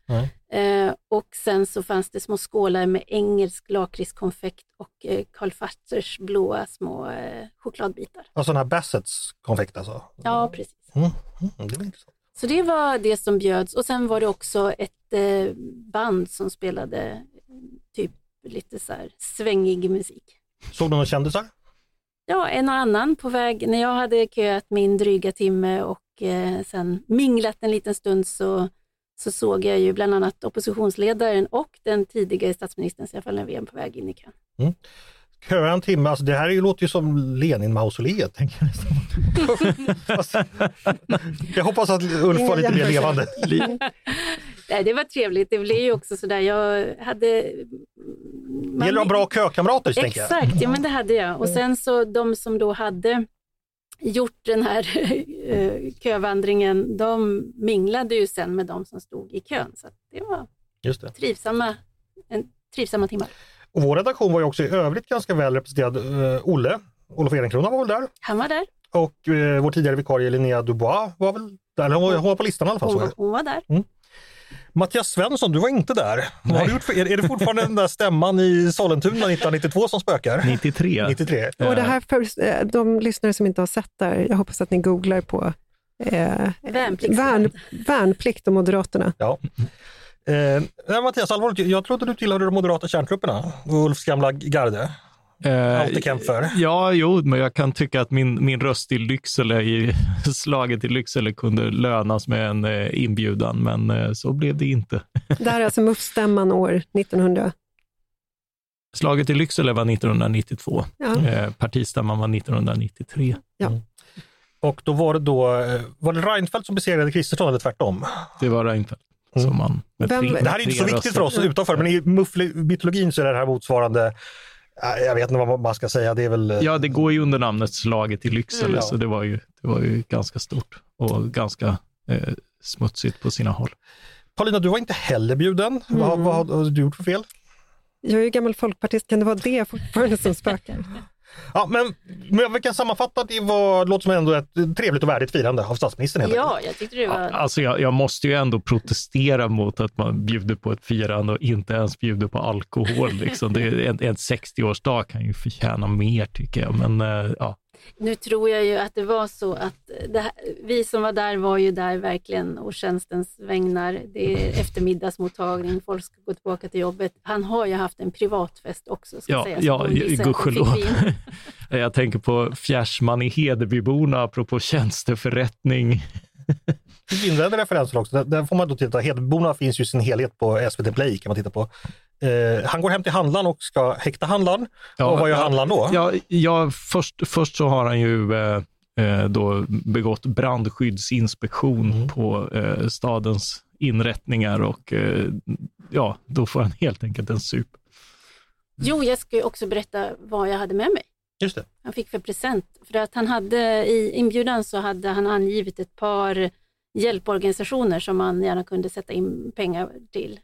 Eh, och sen så fanns det små skålar med engelsk lakritskonfekt och eh, Karl Fatzers blåa små eh, chokladbitar. Och sådana här Bassets konfekt alltså? Ja, precis. Mm, mm, det var intressant. Så det var det som bjöds. Och sen var det också ett eh, band som spelade typ lite så här svängig musik. Såg du några kändisar? Ja, en och annan på väg. När jag hade köat min dryga timme och eh, sen minglat en liten stund så, så såg jag ju bland annat oppositionsledaren och den tidigare statsministern Stefan Löfven på väg in i kön. Mm. Köa en timme, alltså det här är ju, låter ju som Lenin-mausoleet, tänker jag nästan. Jag hoppas att Ulf var lite mer levande. Nej, det var trevligt. Det blev ju också sådär, jag hade... Man... Det gäller att ha bra kökamrater, tänker jag. Exakt, ja men det hade jag. Och sen så de som då hade gjort den här kövandringen, de minglade ju sen med de som stod i kön. Så det var Just det. Trivsamma, en, trivsamma timmar. Och vår redaktion var ju också i övrigt ganska väl representerad. Uh, Olle, Olof Ehrenkrona var väl där? Han var där. Och uh, vår tidigare vikarie Linnea Dubois var väl där. Hon, hon var på listan i alla fall. Hon, hon var där. Mm. Mattias Svensson, du var inte där. Vad har du gjort för, är, är det fortfarande den där stämman i Sollentuna nittonhundranittiotvå som spökar? nittiotre. nittiotre. Och det här för de lyssnare som inte har sett där, jag hoppas att ni googlar på eh, värn, värnplikt och Moderaterna. Ja. Eh, Mattias, allvarligt, jag trodde du tillhörde de moderata kärntrupperna och Ulfs gamla garde. Eh, Alltid kämp för. Ja, jo, men jag kan tycka att min, min röst i Lycksele, i slaget i Lycksele kunde lönas med en eh, inbjudan, men eh, så blev det inte. Det här är alltså M U F-stämman år nittonhundra. Slaget i Lycksele var nittonhundranittiotvå. Ja. Eh, partistämman var nittonhundranittiotre. Ja. Mm. Och då var det då, var det Reinfeldt som besegrade Kristersson eller tvärtom? Det var Reinfeldt. Mm. Som man, med Vem, tre, det här är inte så viktigt för oss utanför, men i M U F-mytologin så är det här motsvarande, jag vet inte vad man ska säga, det är väl... Ja, det går ju under namnet slaget i Lycksele, mm. så det var, ju, det var ju ganska stort och ganska eh, smutsigt på sina håll. Paulina, du var inte heller bjuden. Mm. Vad, vad har du gjort för fel? Jag är ju gammal folkpartist, kan det vara det fortfarande som spökar? Ja, men, men vi kan sammanfatta att det var, låter som ändå ett trevligt och värdigt firande av statsministern. Helt ja, jag tyckte det var... Alltså jag, jag måste ju ändå protestera mot att man bjuder på ett firande och inte ens bjuder på alkohol. Liksom. Det är en, en sextioårsdag kan ju förtjäna mer, tycker jag. Men äh, ja. Nu tror jag ju att det var så att det här, vi som var där var ju där verkligen och tjänstens vägnar. Det är eftermiddagsmottagning, folk ska gå tillbaka till jobbet. Han har ju haft en privatfest också, ska ja, säga. Ja, gudskelov. Jag tänker på Fjärsman i Hedebyborna apropå tjänsteförrättning. Det finns en referenser också. Där får man då titta. Hedebyborna finns ju i sin helhet på S V T Play, kan man titta på. Eh, han går hem till handlaren och ska häkta handlaren. Ja, och vad gör ja, handlaren då? Ja, ja, först, först så har han ju eh, då begått brandskyddsinspektion mm. på eh, stadens inrättningar och eh, ja, då får han helt enkelt en sup. Jo, jag ska ju också berätta vad jag hade med mig. Just det. Han fick för present. För att han hade i inbjudan så hade han angivit ett par hjälporganisationer som man gärna kunde sätta in pengar till.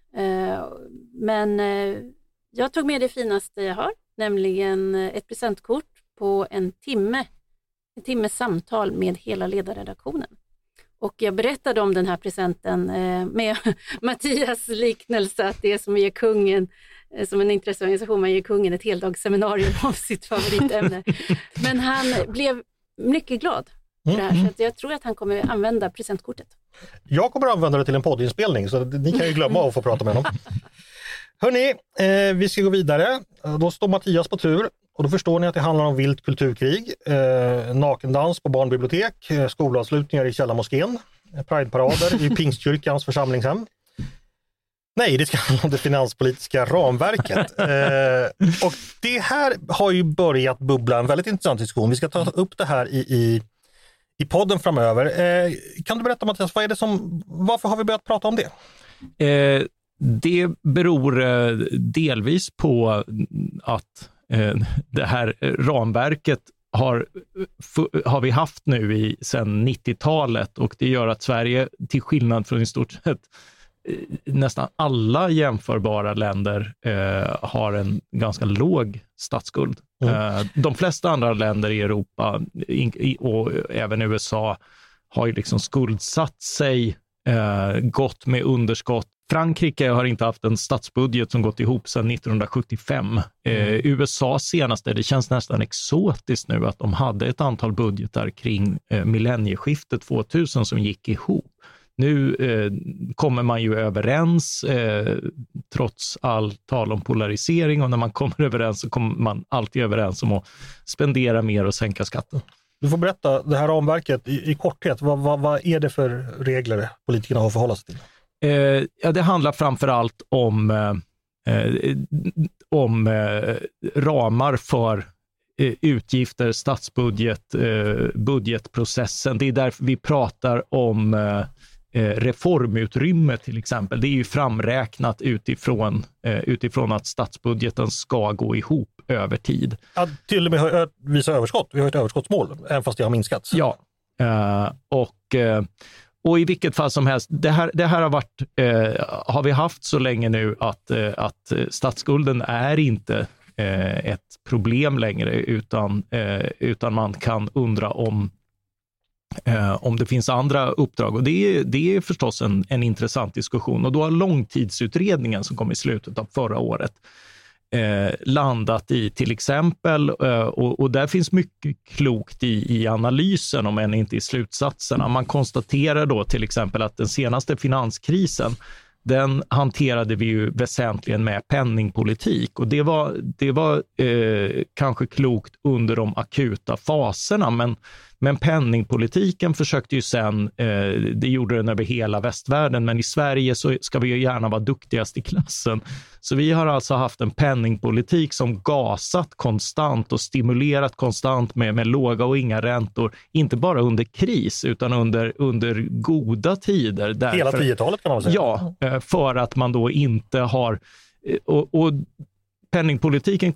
Men jag tog med det finaste jag har, nämligen ett presentkort på en timme, en timmes samtal med hela ledarredaktionen. Och jag berättade om den här presenten med Mattias liknelse att det är som att ge kungen, som en intresseorganisation, man ger kungen ett heldagsseminarium om sitt favoritämne. Men han blev mycket glad för det här, så att jag tror att han kommer använda presentkortet. Jag kommer använda det till en poddinspelning, så ni kan ju glömma att få prata med honom. Hörrni, eh, vi ska gå vidare. Då står Mattias på tur. Och då förstår ni att det handlar om vilt kulturkrig, eh, nakendans på barnbibliotek, eh, skolavslutningar i Källarmoskén, eh, prideparader i Pingstkyrkans församlingshem. Nej, det ska handla om det finanspolitiska ramverket. Eh, och det här har ju börjat bubbla en väldigt intressant diskussion. Vi ska ta upp det här i, i, i podden framöver. Eh, kan du berätta, Mattias, vad är det som, varför har vi börjat prata om det? Eh, det beror eh, delvis på att det här ramverket har, har vi haft nu i sedan nittiotalet, och det gör att Sverige, till skillnad från i stort sett nästan alla jämförbara länder, eh, har en ganska låg statsskuld. Mm. Eh, de flesta andra länder i Europa in, och även U S A har ju liksom skuldsatt sig, eh, gått med underskott Frankrike har inte haft en statsbudget som gått ihop sedan nittonhundrasjuttiofem. Eh, U S A senaste, det känns nästan exotiskt nu att de hade ett antal budgetar kring eh, millennieskiftet tvåtusen som gick ihop. Nu eh, kommer man ju överens eh, trots all tal om polarisering, och när man kommer överens så kommer man alltid överens om att spendera mer och sänka skatten. Du får berätta det här ramverket i, i korthet. Vad, vad, vad är det för regler politikerna har att förhålla sig till? Eh, ja, det handlar framförallt om, eh, om eh, ramar för eh, utgifter, statsbudget, eh, budgetprocessen. Det är därför vi pratar om eh, reformutrymme till exempel. Det är ju framräknat utifrån, eh, utifrån att statsbudgeten ska gå ihop över tid. Ja, till och med visa överskott. Vi har ett överskottsmål, även fast det har minskats. Ja, eh, och... Eh, Och i vilket fall som helst, det här, det här har, varit, eh, har vi haft så länge nu att, eh, att statsskulden är inte eh, ett problem längre, utan, eh, utan man kan undra om, eh, om det finns andra uppdrag. Och det är, det är förstås en, en intressant diskussion. Och då har långtidsutredningen som kom i slutet av förra året Eh, landat i till exempel, eh, och, och där finns mycket klokt i, i analysen, om än inte i slutsatserna. Man konstaterar då till exempel att den senaste finanskrisen, den hanterade vi ju väsentligen med penningpolitik, och det var, det var eh, kanske klokt under de akuta faserna, men, men penningpolitiken försökte ju sen, eh, det gjorde den över hela västvärlden, men i Sverige så ska vi ju gärna vara duktigast i klassen. Så vi har alltså haft en penningpolitik som gasat konstant och stimulerat konstant med, med låga och inga räntor, inte bara under kris utan under, under goda tider. Därför, hela tiotalet kan man säga. Ja, för att man då inte har... Och, och penningpolitiken,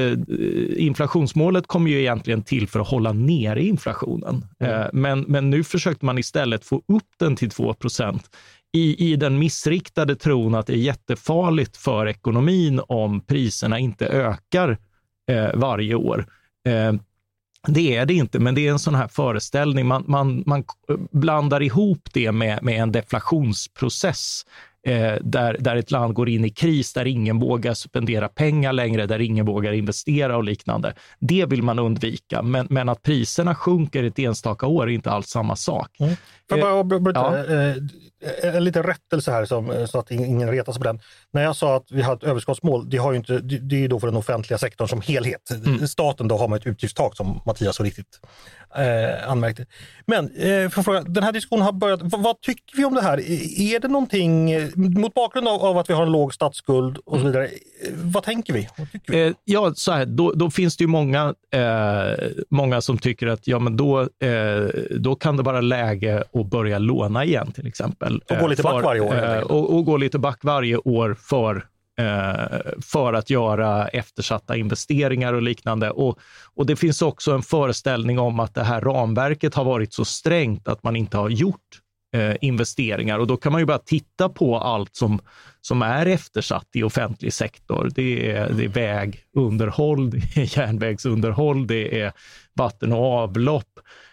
inflationsmålet kom ju egentligen till för att hålla nere inflationen. Mm. Men, men nu försökte man istället få upp den till två procent. I, i den missriktade tron att det är jättefarligt för ekonomin om priserna inte ökar eh, varje år. Eh, det är det inte, men det är en sån här föreställning. Man, man, man blandar ihop det med, med en deflationsprocess eh, där, där ett land går in i kris, där ingen vågar spendera pengar längre, där ingen vågar investera och liknande. Det vill man undvika, men, men att priserna sjunker ett enstaka år är inte alls samma sak. Mm. För bara, bara, bara, ja. eh, en liten rättelse här som, så att ingen retas på den. När jag sa att vi har ett överskottsmål, det, har ju inte, det, det är ju då för den offentliga sektorn som helhet. Mm. Staten då har man ett utgiftstak som Mattias så riktigt eh, anmärkte. Men eh, för fråga, den här diskussionen har börjat, vad, vad tycker vi om det här? Är det någonting, mot bakgrund av, av att vi har en låg statsskuld och så vidare, vad tänker vi? Vad tycker vi? Eh, ja, så här, då, då finns det ju många, eh, många som tycker att ja, men då, eh, då kan det vara läge att börja låna igen till exempel. Och gå lite för, back varje år. Eh, och, och gå lite back varje år för, eh, för att göra eftersatta investeringar och liknande. Och, och det finns också en föreställning om att det här ramverket har varit så strängt att man inte har gjort eh, investeringar. Och då kan man ju bara titta på allt som, som är eftersatt i offentlig sektor. Det är, det är vägunderhåll, det är järnvägsunderhåll, det är vatten och avlopp.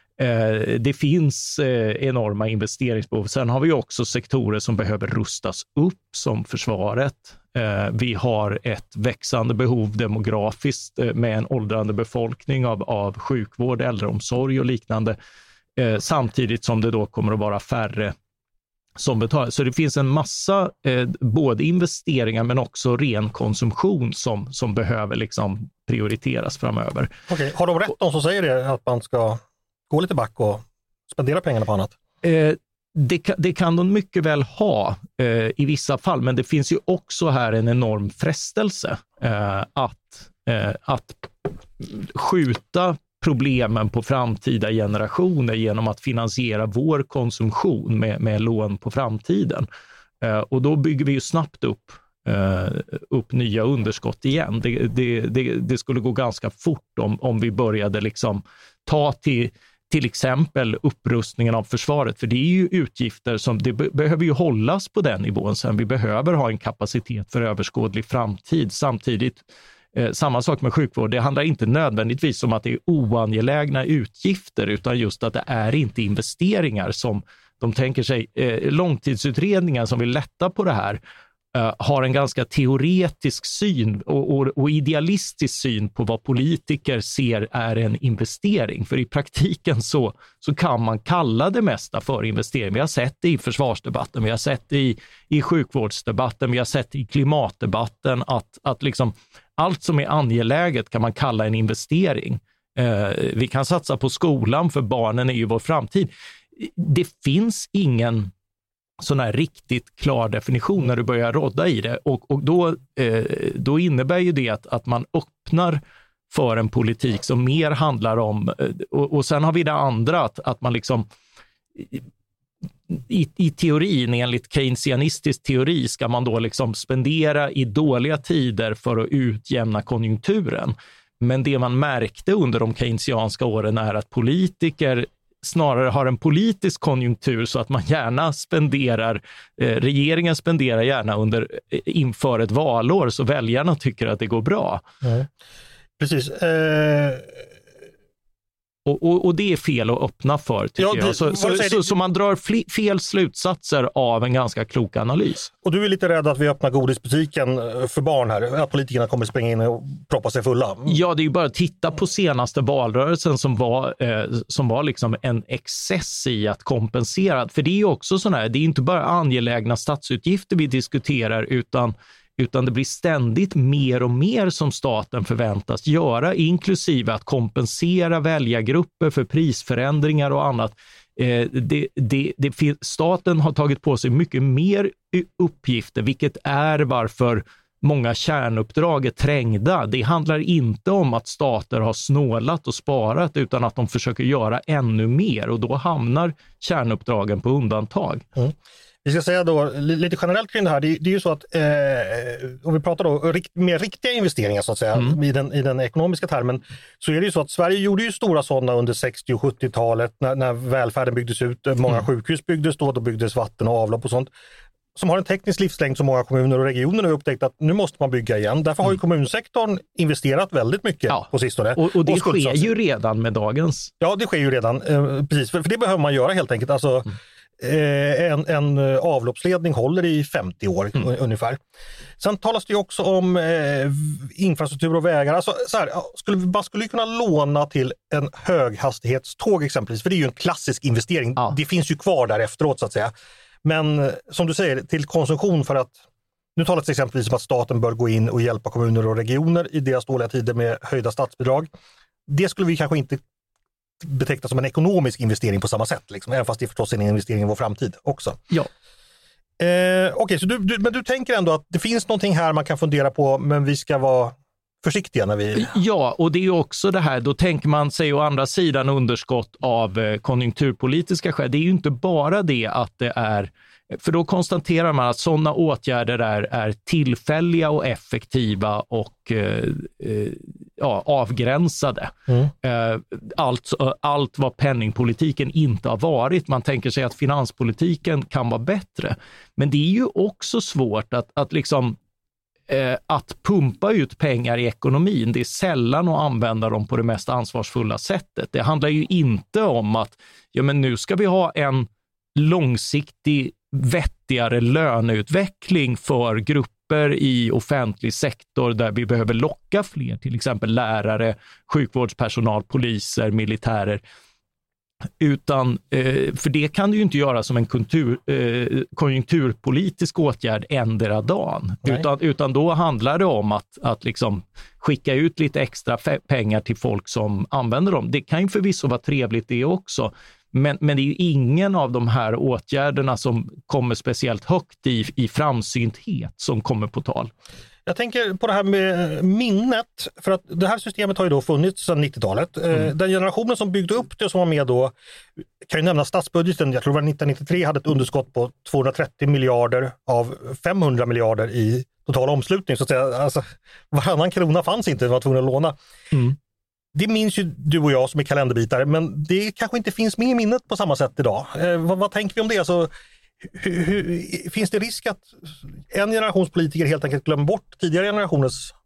Det finns enorma investeringsbehov. Sen har vi också sektorer som behöver rustas upp, som försvaret. Vi har ett växande behov demografiskt med en åldrande befolkning av, av sjukvård, äldreomsorg och liknande. Samtidigt som det då kommer att vara färre som betalar. Så det finns en massa både investeringar men också ren konsumtion som, som behöver liksom prioriteras framöver. Okej, har de rätt de som säger det, att man ska gå lite back och spendera pengarna på annat? Eh, det, kan, det kan de mycket väl ha eh, i vissa fall, men det finns ju också här en enorm frestelse eh, att, eh, att skjuta problemen på framtida generationer genom att finansiera vår konsumtion med, med lån på framtiden. Eh, och då bygger vi ju snabbt upp, eh, upp nya underskott igen. Det, det, det, det skulle gå ganska fort om, om vi började liksom ta till till exempel upprustningen av försvaret, för det är ju utgifter som det be- behöver ju hållas på den nivån sen. Vi behöver ha en kapacitet för överskådlig framtid. Samtidigt, eh, samma sak med sjukvård, det handlar inte nödvändigtvis om att det är oangelägna utgifter, utan just att det är inte investeringar som de tänker sig eh, långtidsutredningar som vill lätta på det här Uh, har en ganska teoretisk syn och, och, och idealistisk syn på vad politiker ser är en investering. För i praktiken så, så kan man kalla det mesta för investering. Vi har sett det i försvarsdebatten, vi har sett det i, i sjukvårdsdebatten, vi har sett det i klimatdebatten att, att liksom allt som är angeläget kan man kalla en investering. Uh, vi kan satsa på skolan för barnen är ju vår framtid. Det finns ingen sån här riktigt klar definition när du börjar rodda i det och, och då, eh, då innebär ju det att, att man öppnar för en politik som mer handlar om, och, och sen har vi det andra att, att man liksom i, i teorin, enligt keynesianistisk teori ska man då liksom spendera i dåliga tider för att utjämna konjunkturen. Men det man märkte under de keynesianska åren är att politiker snarare har en politisk konjunktur så att man gärna spenderar, eh, regeringen spenderar gärna under, eh, inför ett valår så väljarna tycker att det går bra. Mm. Precis. Eh... Och, och, och det är fel att öppna för, tycker ja, det, jag. Så, så, så, så man drar fl- fel slutsatser av en ganska klok analys. Och du är lite rädd att vi öppnar godisbutiken för barn här, att politikerna kommer springa in och proppa sig fulla. Ja, det är ju bara att titta på senaste valrörelsen som var, eh, som var liksom en excess i att kompensera. För det är ju också sån här, det är inte bara angelägna statsutgifter vi diskuterar utan utan det blir ständigt mer och mer som staten förväntas göra, inklusive att kompensera väljargrupper för prisförändringar och annat. Eh, det, det, det, staten har tagit på sig mycket mer uppgifter, vilket är varför många kärnuppdrag är trängda. Det handlar inte om att stater har snålat och sparat utan att de försöker göra ännu mer och då hamnar kärnuppdragen på undantag. Mm. Vi ska säga då lite generellt kring det här, det, det är ju så att eh, om vi pratar då rikt, mer riktiga investeringar så att säga mm. i, den, i den ekonomiska termen, så är det ju så att Sverige gjorde ju stora sådana under sextio- och sjuttiotalet när, när välfärden byggdes ut, många mm. sjukhus byggdes då, då byggdes vatten och avlopp och sånt som har en teknisk livslängd som många kommuner och regioner har upptäckt att nu måste man bygga igen. Därför har ju kommunsektorn investerat väldigt mycket ja. på sistone. Och, och det och sker ju redan med dagens. Ja, det sker ju redan. Eh, precis, för, för det behöver man göra helt enkelt. Alltså mm. En, en avloppsledning håller i femtio år mm. ungefär. Sen talas det ju också om eh, infrastruktur och vägar. Alltså, så här, skulle, man skulle kunna låna till en höghastighetståg exempelvis, för det är ju en klassisk investering. Ja. Det finns ju kvar där efteråt så att säga. Men som du säger, till konsumtion för att nu talas det exempelvis om att staten bör gå in och hjälpa kommuner och regioner i deras dåliga tider med höjda statsbidrag. Det skulle vi kanske inte betecknas som en ekonomisk investering på samma sätt, liksom, även fast det är förstås en investering i vår framtid också. Ja. Eh, Okej, okay, så du, du, men du tänker ändå att det finns någonting här man kan fundera på, men vi ska vara försiktiga när vi... Ja, och det är ju också det här, då tänker man sig å andra sidan underskott av eh, konjunkturpolitiska skäl. Det är ju inte bara det att det är, för då konstaterar man att sådana åtgärder är, är tillfälliga och effektiva och eh, eh, ja, avgränsade. Mm. Eh, allt, allt vad penningpolitiken inte har varit. Man tänker sig att finanspolitiken kan vara bättre. Men det är ju också svårt att, att liksom eh, att pumpa ut pengar i ekonomin. Det är sällan att använda dem på det mest ansvarsfulla sättet. Det handlar ju inte om att ja, men nu ska vi ha en långsiktig vettigare löneutveckling för grupper i offentlig sektor där vi behöver locka fler, till exempel lärare, sjukvårdspersonal, poliser, militärer. Utan, eh, för det kan du ju inte göra som en konjunktur, eh, konjunkturpolitisk åtgärd ändra dagen. Utan, utan då handlar det om att, att liksom skicka ut lite extra fe- pengar till folk som använder dem. Det kan ju förvisso vara trevligt det också. Men, men det är ju ingen av de här åtgärderna som kommer speciellt högt i, i framsynthet som kommer på tal. Jag tänker på det här med minnet, för att det här systemet har ju då funnits sedan nittiotalet. Mm. Den generationen som byggde upp det, som var med då, kan ju nämna statsbudgeten, jag tror det var nittonhundranittiotre, hade ett underskott på tvåhundratrettio miljarder av femhundra miljarder i total omslutning. Så att säga, alltså, varannan krona fanns inte, var tvungen att låna. Mm. Det minns ju du och jag som är kalenderbitare, men det kanske inte finns med i minnet på samma sätt idag. Eh, vad, vad tänker vi om det? Alltså, hur, hur, finns det risk att en generationspolitiker helt enkelt glömmer bort tidigare generationers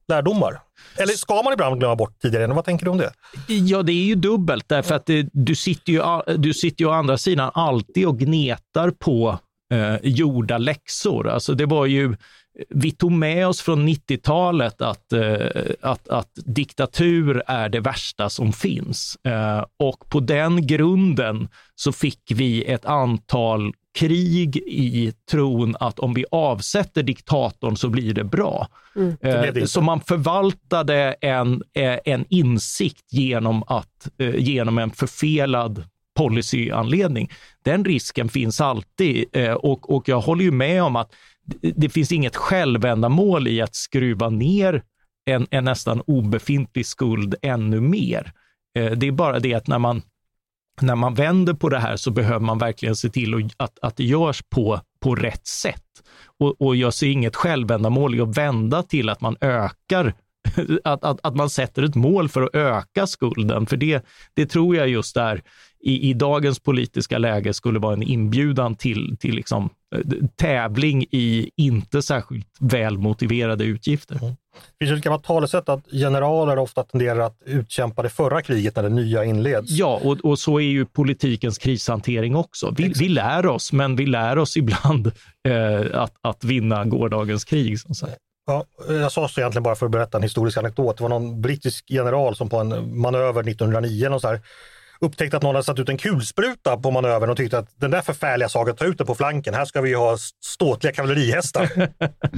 lärdomar? Eller ska man ibland glömma bort tidigare? Vad tänker du om det? Ja, det är ju dubbelt därför att det, du, sitter ju, du sitter ju å andra sidan alltid och gnetar på eh, gjorda läxor. Alltså det var ju, vi tog med oss från nittiotalet att, eh, att, att diktatur är det värsta som finns. Eh, och på den grunden så fick vi ett antal krig i tron att om vi avsätter diktatorn så blir det bra. Mm. Eh, det så man förvaltade en, en insikt genom, att, eh, genom en förfelad policyanledning. Den risken finns alltid eh, och, och jag håller ju med om att det, det finns inget självändamål i att skruva ner en, en nästan obefintlig skuld ännu mer. Eh, det är bara det att när man När man vänder på det här så behöver man verkligen se till att, att det görs på, på rätt sätt. Och, och jag ser inget självändamål i att vända till att man ökar, att, att, att man sätter ett mål för att öka skulden. För det, det tror jag just där i, i dagens politiska läge skulle vara en inbjudan till, till liksom, tävling i inte särskilt välmotiverade utgifter. Mm. Det finns ett gammalt talesätt att generaler ofta tenderar att utkämpa det förra kriget när det nya inleds. Ja, och, och så är ju politikens krishantering också. Vi, vi lär oss, men vi lär oss ibland eh, att, att vinna gårdagens krig. Som sagt. Ja, jag sa så egentligen bara för att berätta en historisk anekdot. Det var någon brittisk general som på en manöver nittonhundranio eller så här, upptäckte att någon hade satt ut en kulspruta på manövern och tyckte att den där förfärliga saken, ta ut den på flanken. Här ska vi ha ståtliga kavallerihästar.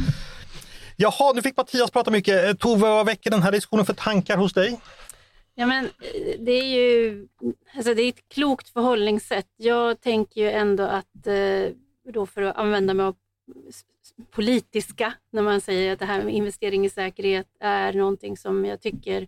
Jaha, nu fick Mattias prata mycket. Tove, vad väcker den här diskussionen för tankar hos dig? Ja, men det är ju alltså det är ett klokt förhållningssätt. Jag tänker ju ändå att då för att använda mig av politiska, när man säger att det här med investering i säkerhet är någonting som jag tycker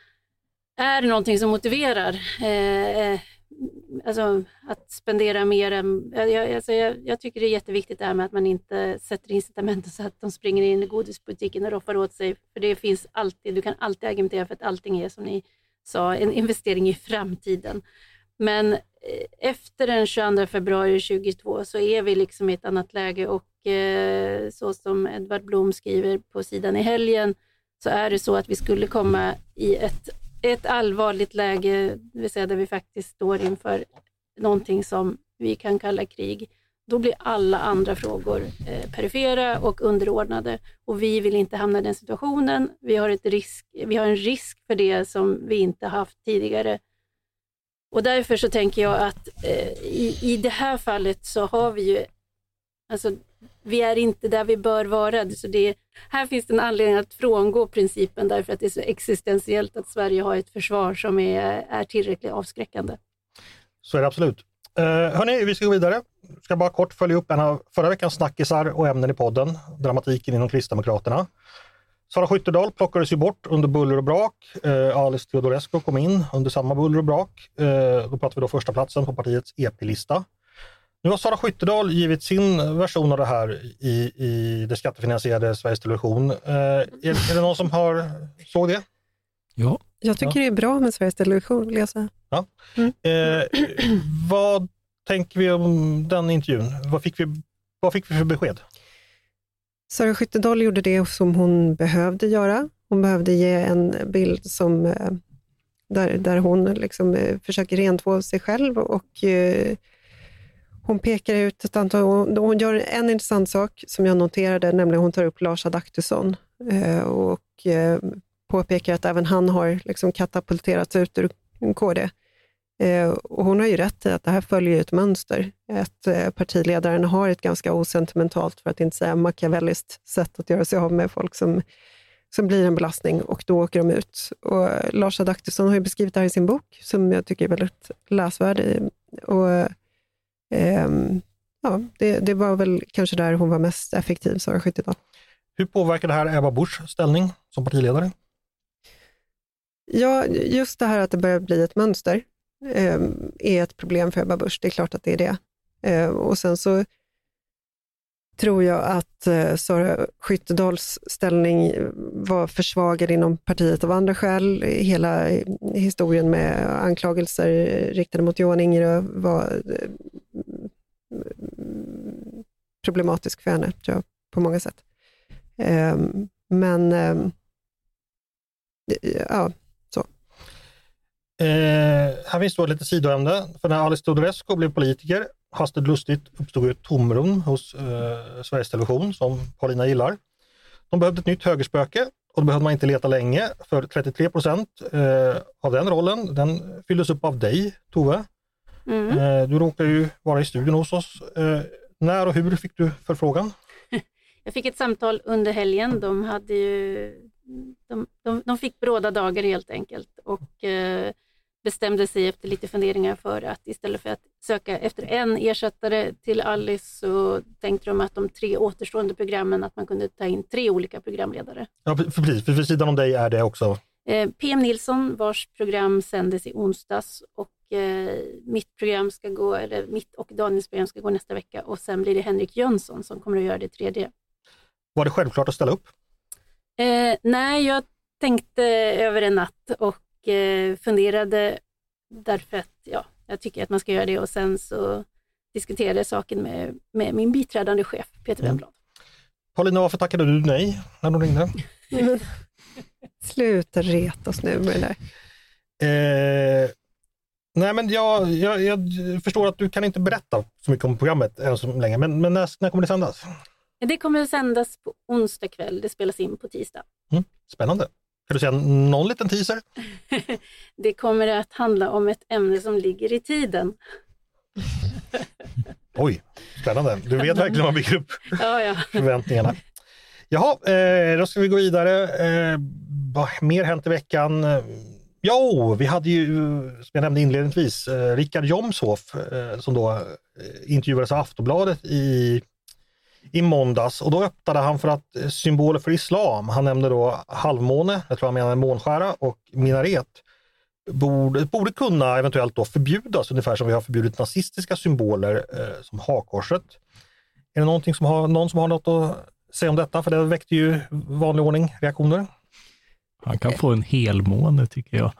är någonting som motiverar eh, alltså att spendera mer än, jag, alltså jag, jag tycker det är jätteviktigt det här med att man inte sätter incitament så att de springer in i godisbutiken och roffar åt sig, för det finns alltid, du kan alltid argumentera för att allting är, som ni sa, en investering i framtiden. Men efter den tjugoandra februari tjugohundratjugotvå så är vi liksom i ett annat läge, och eh, så som Edvard Blom skriver på sidan i helgen så är det så att vi skulle komma i ett ett allvarligt läge, det vill säga där vi faktiskt står inför någonting som vi kan kalla krig. Då blir alla andra frågor eh, perifera och underordnade, och vi vill inte hamna i den situationen. Vi har, ett risk, vi har en risk för det som vi inte haft tidigare. Och därför så tänker jag att eh, i, i det här fallet så har vi ju, alltså vi är inte där vi bör vara. Så det, här finns det en anledning att frångå principen, därför att det är så existentiellt att Sverige har ett försvar som är, är tillräckligt avskräckande. Så är det absolut. Uh, hörni, vi ska gå vidare. Jag ska bara kort följa upp en av förra veckans snackisar och ämnen i podden, dramatiken inom Kristdemokraterna. Sara Skyttedal plockades ju bort under buller och brak. Uh, Alice Teodorescu kom in under samma buller och brak. Uh, då pratar vi då första platsen på partiets E P-lista. Nu har Sara Skyttedal givit sin version av det här i, i det skattefinansierade Sveriges Television. Uh, är, är det någon som har såg det? Ja. Jag tycker ja. det är bra med Sveriges Television, vill jag säga. Ja. Mm. Uh, vad tänker vi om den intervjun? Vad fick vi, vad fick vi för besked? Sara Skyttedal gjorde det som hon behövde göra. Hon behövde ge en bild som, där, där hon liksom försöker rentvå sig själv, och hon pekar ut ett antal, hon gör en intressant sak som jag noterade, nämligen hon tar upp Lars Adaktusson och påpekar att även han har liksom katapulterats ut ur K D. Och hon har ju rätt i att det här följer ett mönster. Att partiledaren har ett ganska osentimentalt, för att inte säga machiavelliskt, sätt att göra sig av med folk som, som blir en belastning, och då åker de ut. Och Lars Adaktusson har ju beskrivit det här i sin bok, som jag tycker är väldigt läsvärd. Och ehm, ja, det, det var väl kanske där hon var mest effektiv, Sara Skyttedal. Hur påverkar det här Ebba Buschs ställning som partiledare? Ja, just det här att det börjar bli ett mönster eh, är ett problem för Ebba Busch. Det är klart att det är det. Eh, och sen så tror jag att eh, Sara Skyttedals ställning var försvagad inom partiet av andra skäl. Hela historien med anklagelser riktade mot Johan Ingerö var eh, problematisk för henne, tror jag, på många sätt. Eh, men... Eh, ja, så. Eh, här finns då lite sidoämne. För när Alice Teodorescu blev politiker, hastigt lustigt uppstod ett tomrum hos eh, Sveriges Television som Paulina gillar. De behövde ett nytt högerspöke och då behövde man inte leta länge, för trettiotre procent eh, av den rollen, den fylldes upp av dig, Tove. Mm. Eh, du råkar ju vara i studion hos oss. Eh, när och hur fick du förfrågan? Jag fick ett samtal under helgen. De, hade ju, de, de, de fick bråda dagar helt enkelt och eh, bestämde sig efter lite funderingar för att istället för att söka efter en ersättare till Alice så tänkte de att de tre återstående programmen att man kunde ta in tre olika programledare. Ja, för, precis. För, för sidan om dig är det också. Eh, P M Nilsson vars program sändes i onsdags och eh, mitt program ska gå, eller mitt och Daniels program ska gå nästa vecka och sen blir det Henrik Jönsson som kommer att göra det tredje. Var det självklart att ställa upp? Eh, nej, jag tänkte över en natt och eh, funderade därför att ja, jag tycker att man ska göra det och sen så diskuterade saken med, med min biträdande chef Peter Wemblad. Mm. Paulina, varför tackade du nej när de ringde? Mm. Sluta reta oss nu med det där. Eh, nej men jag, jag, jag förstår att du kan inte berätta så mycket om programmet än så länge, men, men när, när kommer det sändas? Det kommer att sändas på onsdag kväll, det spelas in på tisdag. Mm, spännande. Kan du säga någon liten teaser? Det kommer att handla om ett ämne som ligger i tiden. Oj, spännande. Du vet verkligen vad man bygger upp ja, ja. förväntningarna. Jaha, eh, då ska vi gå vidare. Eh, vad mer hänt i veckan? Jo, vi hade ju, som jag nämnde inledningsvis, eh, Richard Jomshof eh, som då eh, intervjuades av Aftonbladet i, i måndags. Och då öppnade han för att eh, symboler för islam, han nämnde då halvmåne, jag tror han menar månskära, och minaret, borde, borde kunna eventuellt då förbjudas, ungefär som vi har förbjudit nazistiska symboler eh, som hakkorset. Är det någonting som har, någon som har något att säga om detta? För det väckte ju vanlig ordning reaktioner. Han kan få en helmåne tycker jag.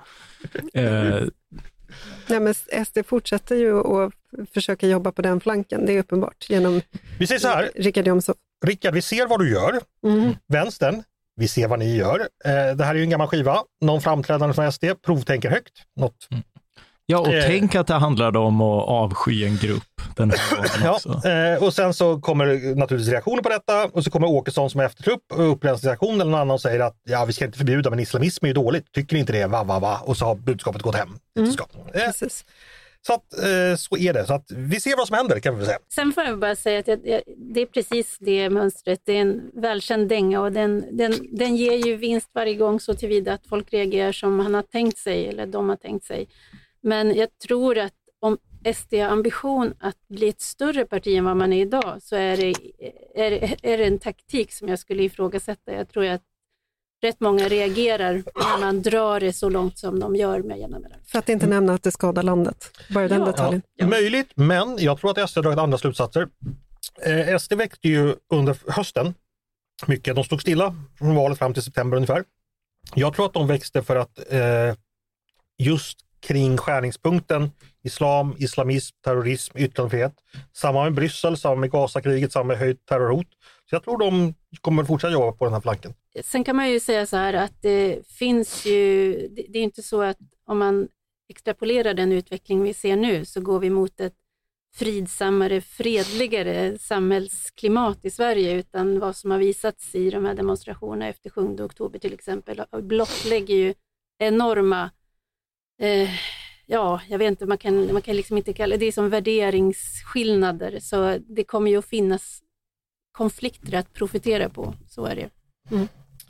eh. Nej, men S D fortsätter ju att försöka jobba på den flanken, det är uppenbart. Genom vi säger så här, Richard Jomshof. Richard, vi ser vad du gör. Mm. Vänstern, vi ser vad ni gör. Eh, det här är ju en gammal skiva. Någon framträdande från S D, provtänker högt. Något. Mm. Ja, och eh. tänk att det handlade om att avsky en grupp. Den här gången ja, också. Eh, och sen så kommer naturligtvis reaktioner på detta och så kommer Åkesson som är eftertrupp och uppländsreaktion eller någon annan och säger att ja, vi ska inte förbjuda, men islamism är ju dåligt. Tycker ni inte det? Va, va, va. Och så har budskapet gått hem. Mm. Eh, Precis. Så att eh, så är det. Så att vi ser vad som händer, kan vi väl säga. Sen får jag bara säga att jag, jag, det är precis det mönstret. Det är en välkänd dänga och den, den, den ger ju vinst varje gång så tillvida att folk reagerar som han har tänkt sig eller de har tänkt sig. Men jag tror att om S D har ambition att bli ett större parti än vad man är idag så är det, är, är det en taktik som jag skulle ifrågasätta. Jag tror att rätt många reagerar när man drar det så långt som de gör med jämna mellanrum. För att inte mm. nämna att det skadar landet. Bara den ja. detaljen. Ja, möjligt, men jag tror att S D har dragit andra slutsatser. Eh, S D väckte ju under hösten mycket. De stod stilla från valet fram till september ungefär. Jag tror att de växte för att eh, just kring skärningspunkten islam, islamism, terrorism, yttrandefrihet. Samma med Bryssel, samma med Gazakriget, samma med höjt terrorhot. Så jag tror de kommer fortsätta jobba på den här flanken. Sen kan man ju säga så här att det finns ju, det, det är inte så att om man extrapolerar den utveckling vi ser nu så går vi mot ett fridsammare, fredligare samhällsklimat i Sverige, utan vad som har visats i de här demonstrationerna efter sjunde oktober till exempel blottlägger ju enorma Eh, ja, jag vet inte, man kan, man kan liksom inte kalla det är som värderingsskillnader, så det kommer ju att finnas konflikter att profitera på, så är det. Mm.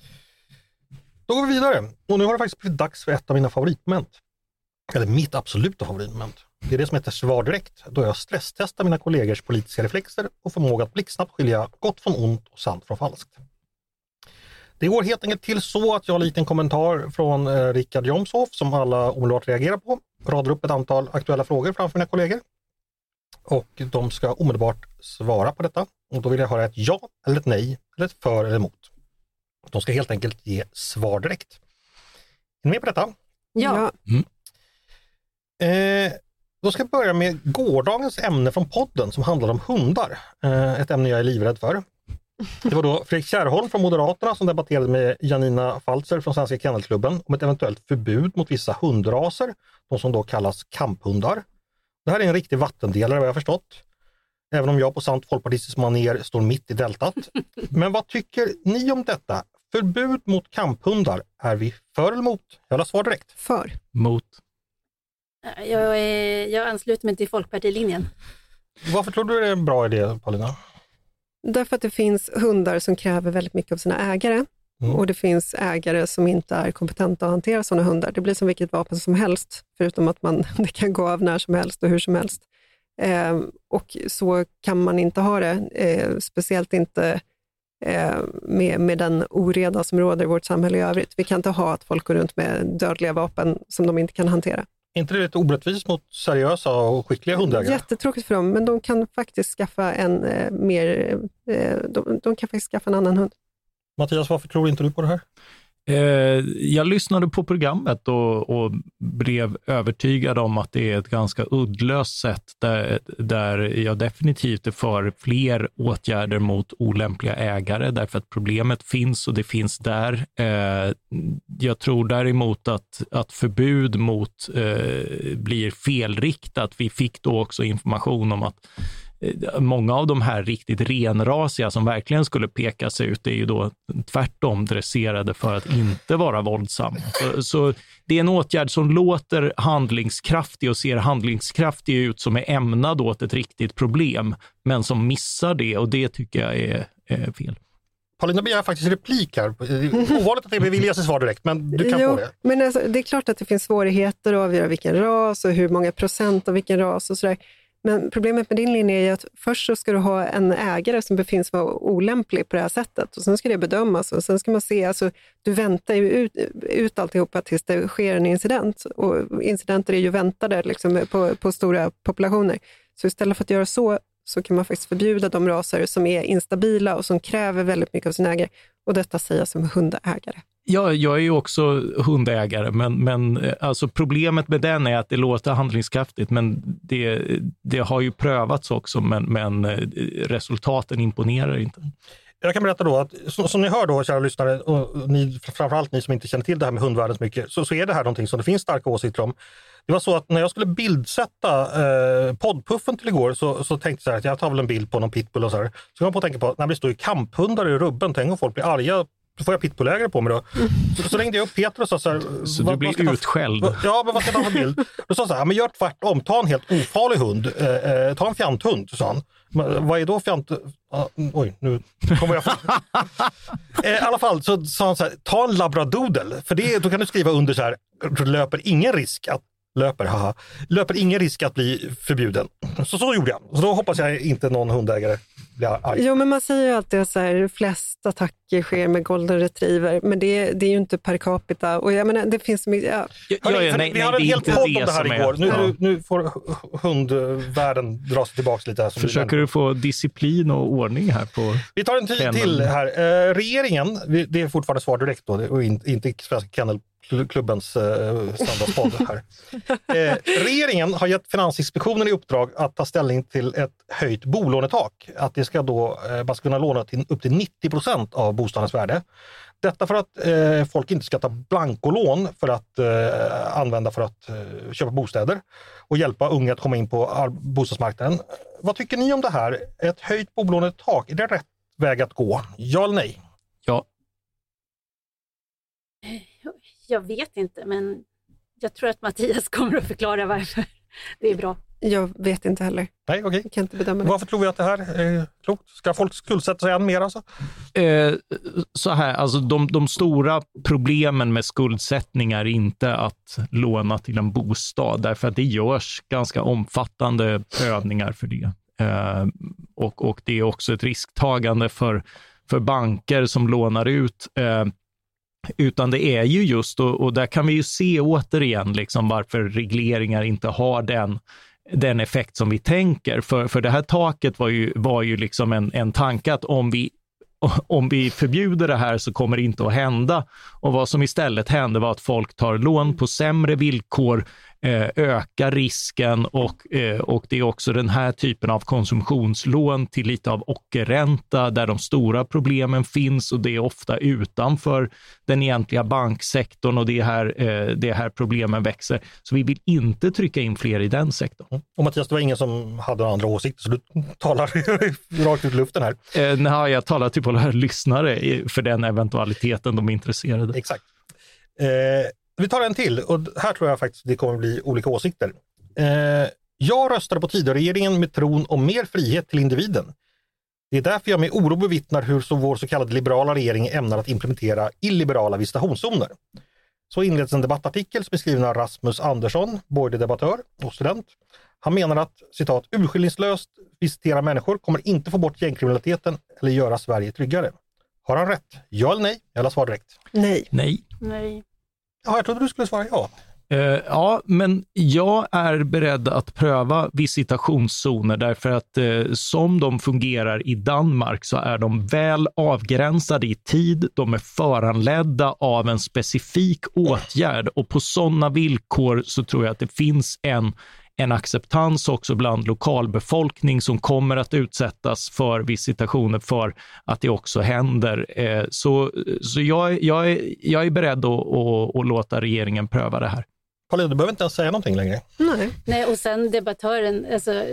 Då går vi vidare, och nu har det faktiskt blivit dags för ett av mina favoritmoment, eller mitt absoluta favoritmoment. Det är det som heter Svar direkt, då jag stresstestar mina kollegors politiska reflexer och förmåga att blixtsnabbt skilja gott från ont och sant från falskt. Det går helt enkelt till så att jag har en liten kommentar från eh, Richard Jomshof som alla omedelbart reagerar på. Radar upp ett antal aktuella frågor framför mina kollegor. Och de ska omedelbart svara på detta. Och då vill jag höra ett ja eller ett nej eller ett för eller emot. De ska helt enkelt ge svar direkt. Är ni med på detta? Ja. Mm. Eh, då ska jag börja med gårdagens ämne från podden som handlar om hundar. Eh, ett ämne jag är livrädd för. Det var då Fredrik Kärrholm från Moderaterna som debatterade med Janina Faltzer från Svenska Kennelklubben om ett eventuellt förbud mot vissa hundraser, de som då kallas kamphundar. Det här är en riktig vattendelare vad jag förstått, även om jag på sant folkpartistisk manér står mitt i deltat. Men vad tycker ni om detta? Förbud mot kamphundar, är vi för eller emot? Jag vill ha svar direkt. För. Mot. Jag, är, jag ansluter mig till Folkpartilinjen. Varför tror du det är en bra idé, Paulina? Därför att det finns hundar som kräver väldigt mycket av sina ägare. Mm. Och det finns ägare som inte är kompetenta att hantera sådana hundar. Det blir som vilket vapen som helst, förutom att man, det kan gå av när som helst och hur som helst. Eh, och så kan man inte ha det, eh, speciellt inte eh, med, med den oreda som råder i vårt samhälle i övrigt. Vi kan inte ha att folk går runt med dödliga vapen som de inte kan hantera. Är inte det lite orättvist mot seriösa och skickliga hundägare? Jättetråkigt för dem, men de kan faktiskt skaffa en eh, mer, eh, de, de kan faktiskt skaffa en annan hund. Mattias, varför tror inte du på det här? Eh, jag lyssnade på programmet och, och blev övertygad om att det är ett ganska uddlöst sätt där, där jag definitivt är för fler åtgärder mot olämpliga ägare, därför att problemet finns och det finns där. Eh, jag tror däremot att, att förbud mot eh, blir felriktat. Vi fick då också information om att många av de här riktigt renrasiga som verkligen skulle peka sig ut är ju då tvärtom dresserade för att inte vara våldsam. Så, så det är en åtgärd som låter handlingskraftig och ser handlingskraftig ut, som är ämnad åt ett riktigt problem, men som missar det, och det tycker jag är, är fel. Paulina begär faktiskt replik här. Ovanligt att det beviljas ett svar direkt, men du kan jo, få det. Men alltså, det är klart att det finns svårigheter att avgöra vilken ras och hur många procent av vilken ras och sådär. Men problemet med din linje är att först så ska du ha en ägare som befinns vara olämplig på det här sättet, och sen ska det bedömas och sen ska man se, alltså du väntar ju ut, ut alltihopa tills det sker en incident, och incidenter är ju väntade liksom på, på stora populationer. Så istället för att göra så, så kan man faktiskt förbjuda de raser som är instabila och som kräver väldigt mycket av sin ägare, och detta säger som hundägare. Ja, jag är ju också hundägare, men, men alltså problemet med den är att det låter handlingskraftigt, men det, det har ju prövats också, men, men resultaten imponerar inte. Jag kan berätta då att, som, som ni hör då, kära lyssnare, och ni, framförallt ni som inte känner till det här med hundvärlden så mycket, så, så är det här någonting som det finns starka åsikter om. Det var så att när jag skulle bildsätta eh, poddpuffen till igår, så, så tänkte jag så här att jag tar väl en bild på någon pitbull och så här. Så kan man på att tänka på, när det står ju kamphundar i rubben, tänk om folk blir arga, så får jag pitbullägare på mig då. Så, så ringde jag upp Peter och sa så här... Så vad, du blir utskälld? Ta, ja, men vad ska jag ta för bild? Då sa han så här, men gör tvärtom, ta en helt ofarlig hund, eh, eh, ta en fjanthund, sa han. Men, vad är då fjant... Ah, oj, nu kommer jag... eh, I alla fall så sa han så här, ta en labradoodle, för det, då kan du skriva under så här, löper ingen risk att Löper, haha. Löper ingen risk att bli förbjuden. Så så gjorde jag. Så då hoppas jag inte någon hundägare blir arg. Jo, men man säger ju alltid att så här, flest attacker sker med golden retriever, men det, det är ju inte per capita. Och jag menar, det finns mycket... Ja. Ja, Hörrni, ja, nej, vi hade en hel podd om det här igår. Nu, ja. nu, nu får hundvärlden dra sig tillbaka lite. Här, som Försöker du få disciplin och ordning här på... Vi tar en till, till här. Eh, regeringen, det är fortfarande svar direkt då, och inte, inte Svenska Kennelklubbens eh, standardspodd här. Eh, regeringen har gett Finansinspektionen i uppdrag att ta ställning till ett höjt bolånetak. Att det ska då, eh, man ska kunna låna till upp till nittio procent av bostadens värde. Detta för att eh, folk inte ska ta blankolån för att eh, använda för att eh, köpa bostäder och hjälpa unga att komma in på bostadsmarknaden. Vad tycker ni om det här? Ett höjt bolånetak, är det rätt väg att gå? Ja eller nej? Ja. Jag vet inte, men jag tror att Mattias kommer att förklara varför det är bra. Jag vet inte heller. Nej, okej. Okay. Jag kan inte bedöma det. Varför tror vi att det här är klokt? Ska folk skuldsätta sig än mer alltså? Eh, så här, alltså de, de stora problemen med skuldsättning är inte att låna till en bostad, därför att det görs ganska omfattande prövningar för det. Eh, och, och det är också ett risktagande för, för banker som lånar ut. Eh, Utan det är ju just, och, och där kan vi ju se återigen liksom varför regleringar inte har den, den effekt som vi tänker. För, för det här taket var ju, var ju liksom en, en tanke att om vi, om vi förbjuder det här så kommer det inte att hända. Och vad som istället hände var att folk tar lån på sämre villkor eh, ökar risken och, eh, och det är också den här typen av konsumtionslån till lite av ockerränta där de stora problemen finns och det är ofta utanför den egentliga banksektorn och det är här, eh, det är här problemen växer. Så vi vill inte trycka in fler i den sektorn. Mm. Och Mattias, det var ingen som hade andra åsikter så du talar rakt ut i luften här. Eh, nej, jag talar till våra lyssnare för den eventualiteten de är intresserade. Exakt. Eh, vi tar en till och här tror jag faktiskt det kommer bli olika åsikter. Eh, jag röstade på Tidöregeringen med tron om mer frihet till individen. Det är därför jag med oro bevittnar hur så vår så kallade liberala regering ämnar att implementera illiberala visitationszoner. Så inleds en debattartikel som är skriven av Rasmus Andersson, borgerlig debattör och student. Han menar att, citat, urskillningslöst visitera människor kommer inte få bort gängkriminaliteten eller göra Sverige tryggare. Har han rätt? Ja eller nej? Jag vill svara direkt. Nej. Nej. Nej. Ja, jag trodde du skulle svara ja. Uh, ja, men jag är beredd att pröva visitationszoner därför att uh, som de fungerar i Danmark så är de väl avgränsade i tid. De är föranledda av en specifik åtgärd och på sådana villkor så tror jag att det finns en en acceptans också bland lokalbefolkning som kommer att utsättas för visitationer för att det också händer. Så, så jag, jag, är, jag är beredd att, att, att låta regeringen pröva det här. Paulina, du behöver inte ens säga någonting längre. Nej. Nej, och sen debattören, alltså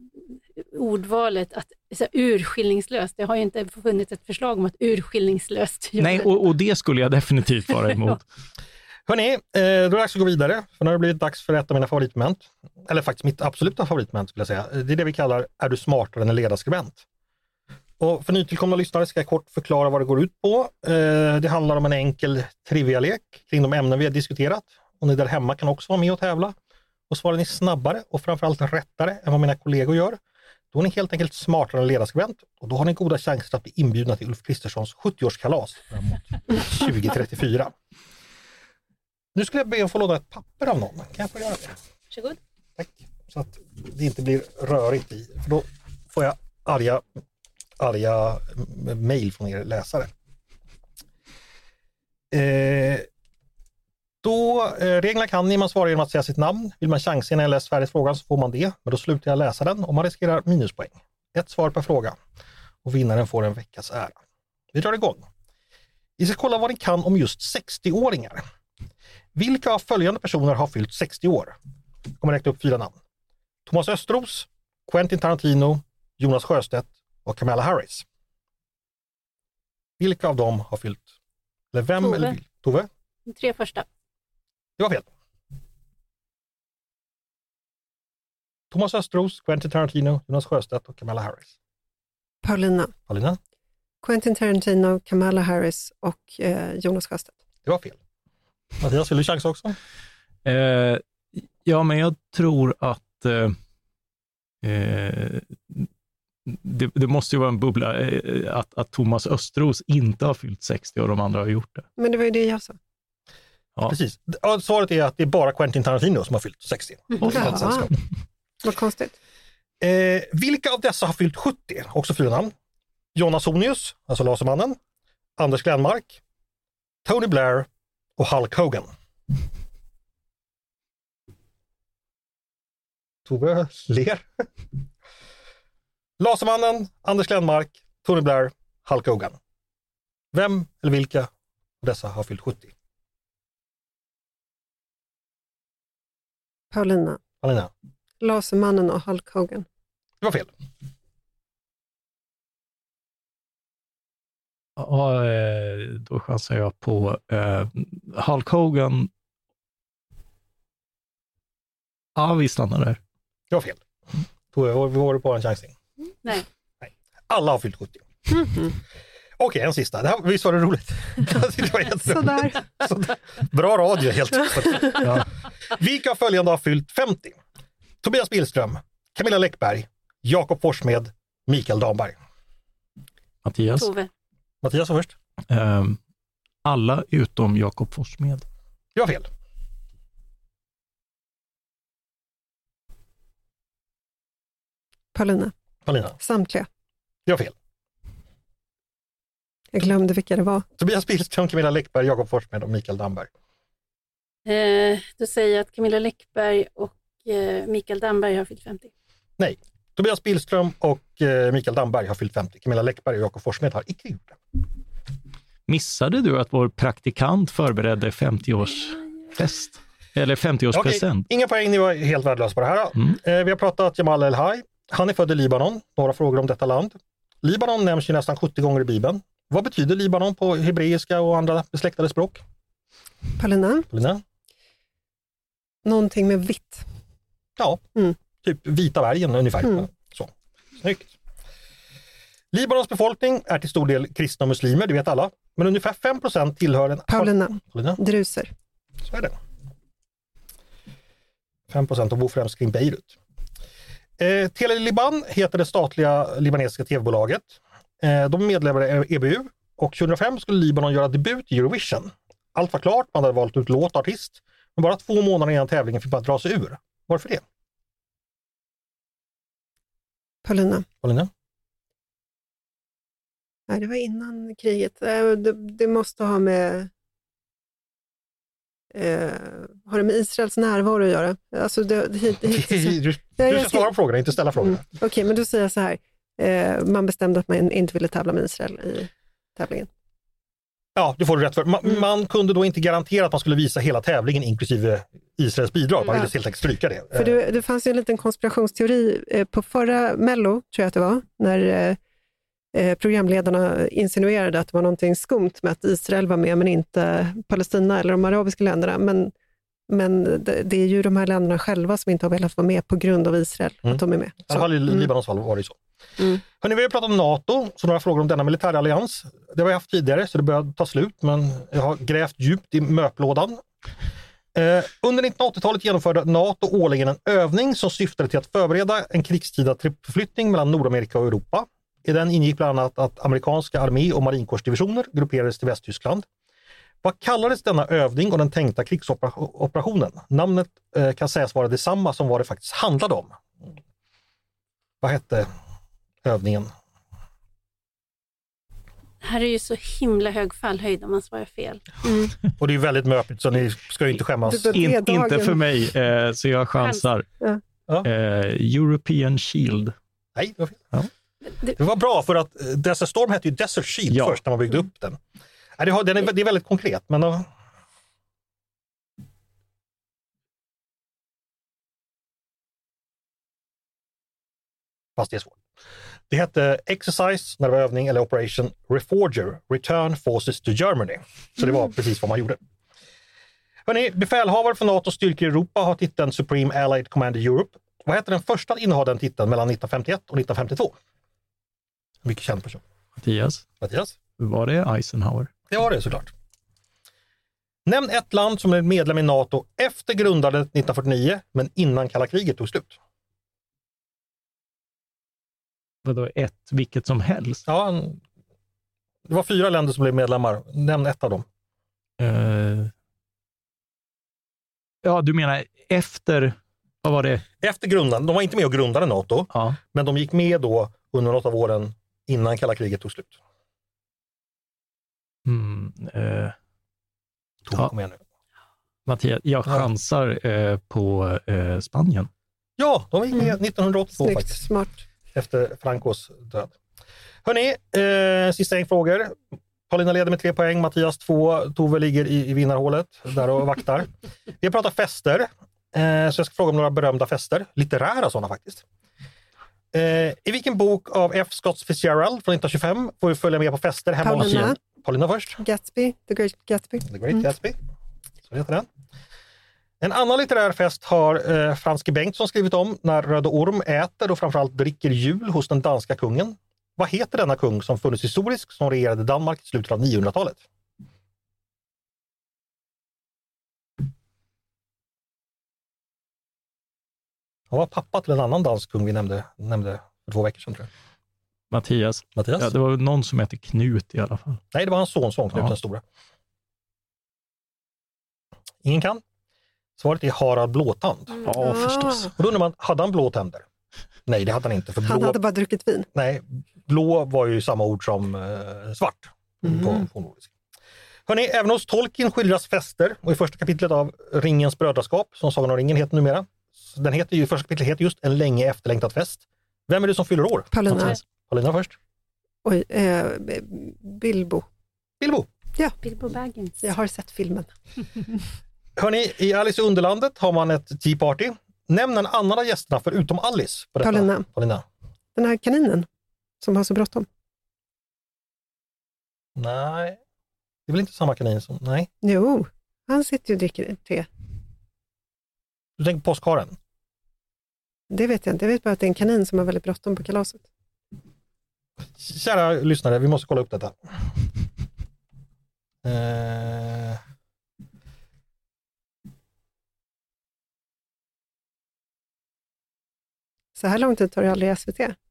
ordvalet att så, urskillningslöst, det har ju inte funnits ett förslag om att urskillningslöst göra. Nej, och, och det skulle jag definitivt vara emot. Hörrni, då är det dags att gå vidare. För nu har det blivit dags för ett av mina favoritmoment. Eller faktiskt mitt absoluta favoritmoment skulle jag säga. Det är det vi kallar Är du smartare än en ledarskribent? Och för nytillkomna lyssnare ska jag kort förklara vad det går ut på. Det handlar om en enkel trivia-lek kring de ämnen vi har diskuterat. Och ni där hemma kan också vara med och tävla. Och svarar ni snabbare och framförallt rättare än vad mina kollegor gör, då är ni helt enkelt smartare än en ledarskribent. Och då har ni goda chanser att bli inbjudna till Ulf Kristerssons sjuttioårskalas framåt tjugo trettiofyra. Nu skulle jag be att få låna ett papper av någon. Kan jag få göra det? Varsågod. Tack. Så att det inte blir rörigt i. För då får jag arga, arga mejl från er läsare. Eh, då, eh, reglerna kan ni. Man svarar genom att säga sitt namn. Vill man chansa när jag läser färdigt frågan så får man det. Men då slutar jag läsa den och man riskerar minuspoäng. Ett svar per fråga. Och vinnaren får en veckas ära. Vi drar igång. Vi ska kolla vad ni kan om just sextio-åringar. Vilka av följande personer har fyllt sextio år? Jag kommer räkna upp fyra namn. Thomas Östros, Quentin Tarantino, Jonas Sjöstedt och Kamala Harris. Vilka av dem har fyllt? Eller vem? Tove. Eller Tove? De tre första. Det var fel. Thomas Östros, Quentin Tarantino, Jonas Sjöstedt och Kamala Harris. Paulina. Paulina? Quentin Tarantino, Kamala Harris och eh, Jonas Sjöstedt. Det var fel. Mattias, vill du chans också? Eh, ja, men jag tror att eh, det, det måste ju vara en bubbla eh, att, att Thomas Östros inte har fyllt sextio och de andra har gjort det. Men det var ju det jag sa. Ja. Precis. Ja, svaret är att det är bara Quentin Tarantino som har fyllt sextio. Mm. Ja. Vad konstigt. Eh, vilka av dessa har fyllt sjuttio? Också fyra namn. Jonas Sonius, alltså Lasermannen, Anders Glenmark, Tony Blair och Hulk Hogan. Tove ler. Lasermannen, Anders Glenmark, Tony Blair, Hulk Hogan. Vem eller vilka av dessa har fyllt sjuttio? Paulina. Paulina. Lasermannen och Hulk Hogan. Det var fel. Ja, då chansar jag på eh, Hulk Hogan. Ja, vi stannar där. Det var fel. Då var det på en chansning. Nej. Nej. Alla har fyllt sjuttio. Mm-hmm. Okej, en sista. Det här, visst var det roligt? Det var Sådär. Sådär. Bra radio helt enkelt. Ja. Vilka av följande har fyllt femtio? Tobias Billström, Camilla Läckberg, Jakob Forssmed, Mikael Damberg. Mattias. Tove. Mattias var först. Eh, alla utom Jakob Forssmed. Det var fel. Paulina. Paulina. Samtliga. Det var fel. Jag glömde vilka det var. Tobias Billström, Camilla Läckberg, Jakob Forssmed och Mikael Damberg. Eh, då säger jag att Camilla Läckberg och eh, Mikael Damberg har fyllt femtio. Nej, Tobias Billström och eh, Mikael Damberg har fyllt femtio. Camilla Läckberg och Jakob Forssmed har icke gjort det. Missade du att vår praktikant förberedde femtio-årsfest? Eller femtio-årspresent? Okej, inga poäng, ni var helt värdelösa på det här. Mm. Eh, vi har pratat Jamal El-Haj. Han är född i Libanon. Några frågor om detta land. Libanon nämns ju nästan sjuttio gånger i Bibeln. Vad betyder Libanon på hebreiska och andra besläktade språk? Paulina? Paulina? Någonting med vitt. Ja, mm. typ vita bergen ungefär. Mm. Så. Snyggt. Libanons befolkning är till stor del kristna och muslimer, det vet alla. Men ungefär fem procent tillhör en... Paulina, Paulina? Druser. Så är det. fem procent av bor främst kring Beirut. Eh, Tele Liban heter det statliga libanesiska tv-bolaget. Eh, de är medlemmar i E B U och tjugohundrafem skulle Libanon göra debut i Eurovision. Allt var klart, man hade valt ut låt och artist. Men bara två månader innan tävlingen fick man dra sig ur. Varför det? Paulina. Paulina? Nej, det var innan kriget. Det, det måste ha med eh, har det med Israels närvaro att göra? Alltså det, det, det, det, du, du ska, ska svara på frågorna, inte ställa frågorna. Mm. Okej, okay, men då säger jag så här. Eh, man bestämde att man inte ville tävla med Israel i tävlingen. Ja, det får du rätt för. Man, mm. man kunde då inte garantera att man skulle visa hela tävlingen inklusive Israels bidrag. Man ville helt enkelt stryka det. För det, det fanns ju en liten konspirationsteori eh, på förra Mello, tror jag att det var, när eh, programledarna insinuerade att det var någonting skumt med att Israel var med men inte Palestina eller de arabiska länderna. Men, men det, det är ju de här länderna själva som inte har velat vara med på grund av Israel. Mm. Att de är med. I alla fall i Libanons fall var det så. Mm. Hörrni, vi har pratat om NATO, så några frågor om denna militärallians. Det har vi haft tidigare så det börjar ta slut, men jag har grävt djupt i möplådan. Eh, under nittonhundraåttiotalet genomförde NATO årligen en övning som syftade till att förbereda en krigstida truppförflyttning mellan Nordamerika och Europa. I den ingick bland annat att amerikanska armé- och marinkårsdivisioner grupperades till Västtyskland. Vad kallades denna övning och den tänkta krigsoperationen? Namnet eh, kan sägas vara detsamma som vad det faktiskt handlade om. Vad hette övningen? Här är ju så himla hög fallhöjd om man svarar fel. Mm. Och det är väldigt möpigt så ni ska ju inte skämmas. In, inte för mig, eh, så jag chansar. Ja. Eh, European Shield. Nej, det var fel. Ja. Det var bra för att Desert Storm hette ju Desert Shield ja. först när man byggde upp den. Nej, det, har, den är, det är väldigt konkret, men... Då... Fast det är svårt. Det hette Exercise, när det var övning, eller Operation Reforger, Return Forces to Germany. Så det var precis vad man gjorde. Hörrni, befälhavare för NATOs styrkor i Europa har titeln Supreme Allied Commander Europe. Vad hette den första att inneha den titeln mellan nittonhundrafemtioett och nittonhundrafemtiotvå? Mycket känd person. Mattias? Mattias? Var det Eisenhower? Det var det såklart. Nämn ett land som är medlem i NATO efter grundandet nittonhundrafyrtionio, men innan kalla kriget tog slut. Vadå ett, vilket som helst? Ja, en, det var fyra länder som blev medlemmar. Nämn ett av dem. Uh, ja, du menar efter, vad var det? Efter grundandet, de var inte med och grundade NATO, ja. Men de gick med då under något av åren innan kalla kriget tog slut. Mm, uh, Tom, ja. Kom igen nu. Mattias, jag chansar ja. uh, på uh, Spanien. Ja, de gick med mm. nittonhundraåttiotvå Snyggt, faktiskt. Smart. Efter Francos död. Hörrni, eh, sista en frågor. Paulina leder med tre poäng, Mattias två, Tove ligger i, i vinnarhålet där och vaktar. Vi har pratat fester, eh, så jag ska fråga om några berömda fester, litterära sådana faktiskt. Eh, I vilken bok av F. Scott Fitzgerald från nittonhundratjugofem får vi följa med på fester hemma hos Paulina. Paulina först. Gatsby, The Great Gatsby. The Great mm. Gatsby, så heter den. En annan litterär fest har eh, Frans G. Bengtsson skrivit om när Röde Orm äter och framförallt dricker jul hos den danska kungen. Vad heter denna kung som funnits historisk som regerade Danmark i slutet av niohundratalet? Han var pappa till en annan dansk kung vi nämnde, nämnde för två veckor sedan, tror jag. Mattias. Mattias? Ja, det var någon som heter Knut i alla fall. Nej, det var hans sonson, Knut ja. den stora. Ingen kan? Svaret är Harald Blåtand. Mm. Ja, förstås. Och då undrar man, hade han blå tänder? Nej, det hade han inte. För blå... Han hade bara druckit vin. Nej, blå var ju samma ord som eh, svart mm. på, på nordiska. Hörrni, även hos Tolkien skildras fester och i första kapitlet av Ringens brödraskap, som Sagan om ringen heter numera, den heter ju, första kapitlet heter just En länge efterlängtad fest. Vem är det som fyller år? Paulina. Paulina först. Oj, eh, Bilbo. Bilbo. Ja. Bilbo Baggins. Jag har sett filmen. Hörni, i Alice i Underlandet har man ett tea party. Nämn en annan av gästerna förutom Alice. På detta. Paulina. Paulina. Den här kaninen som har så bråttom. Nej, det är väl inte samma kanin som... Nej. Jo, han sitter ju och dricker te. Du tänker på påskharen? Det vet jag inte. Jag vet bara att det är en kanin som har väldigt bråttom på kalaset. Kära lyssnare, vi måste kolla upp detta. Eh... Så här lång tid tar det aldrig i S V T.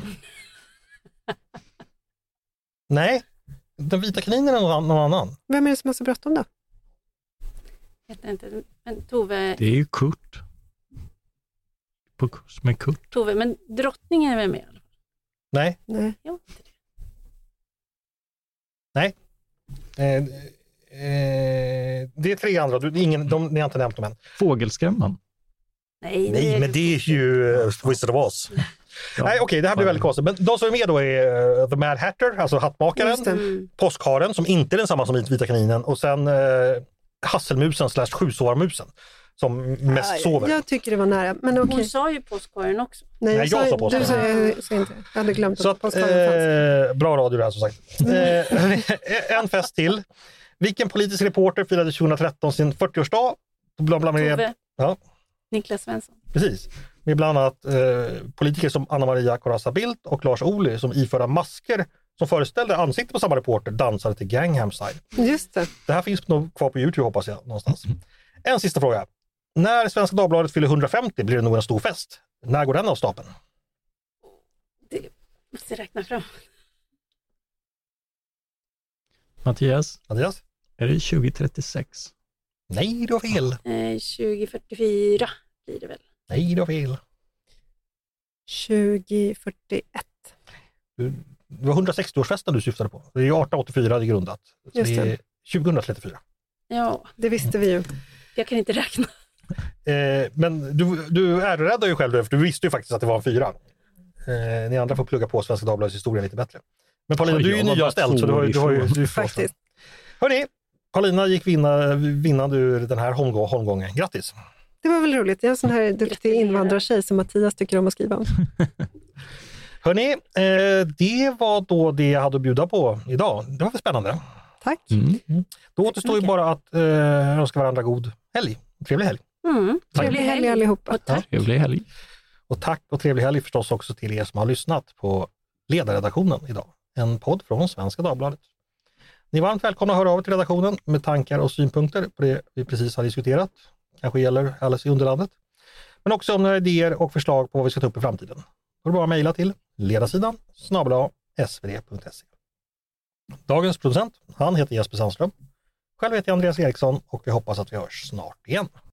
Nej, den vita kaninen är någon, någon annan. Vem är det som har så bråttom då? Jag vet inte, men Tove... Det är ju Kurt. På kurs med Kurt. Tove, men drottningen är väl med i alla fall? Nej. Nej. Jo, Nej. Eh, eh, det är tre andra. Du, ingen, de, ni har inte nämnt dem än. Fågelskrämman. Nej, Nej, men det är ju uh, Wizard of Oz. Ja. Nej, okej, okay, det här blir väldigt konstigt. Men de som är med då är uh, The Mad Hatter, alltså hattmakaren, mm. påskharen, som inte är densamma som vita kaninen, och sen uh, hasselmusen slash sjusovarmusen, som mest ja, sover. Jag tycker det var nära, men okej. Hon sa ju påskharen också. Nej, jag, Nej, jag sa, sa påskharen. Du sa, jag, sa inte. Jag hade glömt så att att, påskharen eh, bra radio det här som sagt. eh, en fest till. Vilken politisk reporter firade tjugohundratretton sin fyrtioårsdag? Bla, bla, med, Tove. Ja. Niklas Svensson. Precis. Med bland annat eh, politiker som Anna Maria Corazza Bildt och Lars Ohly som iförda masker som föreställde ansiktet på samma reporter dansade till Gangnam Style. Just det. Det här finns nog kvar på YouTube hoppas jag någonstans. En sista fråga. När Svenska Dagbladet fyller hundrafemtio blir det nog en stor fest. När går den av stapeln? Det måste jag räkna fram. Mattias? Mattias? Är det tjugo trettiosex? Nej, du har fel. Eh, tjugo fyrtiofyra blir det väl. Nej, du har fel. tjugo fyrtioett. Du, det var hundrasextio-årsfesten du syftade på. Det är arton åttiofyra det är grundat. Så Just det det. är tjugohundratrettiofyra. Ja, Det visste vi ju. jag kan inte räkna. Eh, men du, du ärräddade ju själv, för du visste ju faktiskt att det var en fyra. Eh, ni andra får plugga på Svenska Dagbladets historia lite bättre. Men Paulina, Oj, du är ju jag var nyanställd så du har, du har ju... Du Faktiskt. Hörrni, Paulina gick vinna, vinnande ur den här holmgång, holmgången. Grattis! Det var väl roligt. Jag är en sån här duktig invandrartjej som Mattias tycker om att skriva om. Hörrni, eh, det var då det jag hade att bjuda på idag. Det var väl spännande. Tack. Mm. Då återstår ju bara att eh, önska varandra god helg. Trevlig helg. Mm, Trevlig helg allihopa. Och tack. Trevlig helg. Och tack och trevlig helg förstås också till er som har lyssnat på Ledarredaktionen idag. En podd från Svenska Dagbladet. Ni är varmt välkomna att höra av er till redaktionen med tankar och synpunkter på det vi precis har diskuterat. Kanske gäller Alice i Underlandet. Men också om några idéer och förslag på vad vi ska ta upp i framtiden. Då är det bara att mejla till ledarsidan snabel-a s v d punkt se. Dagens producent, han heter Jesper Sandström. Själv heter jag Andreas Eriksson och vi hoppas att vi hörs snart igen.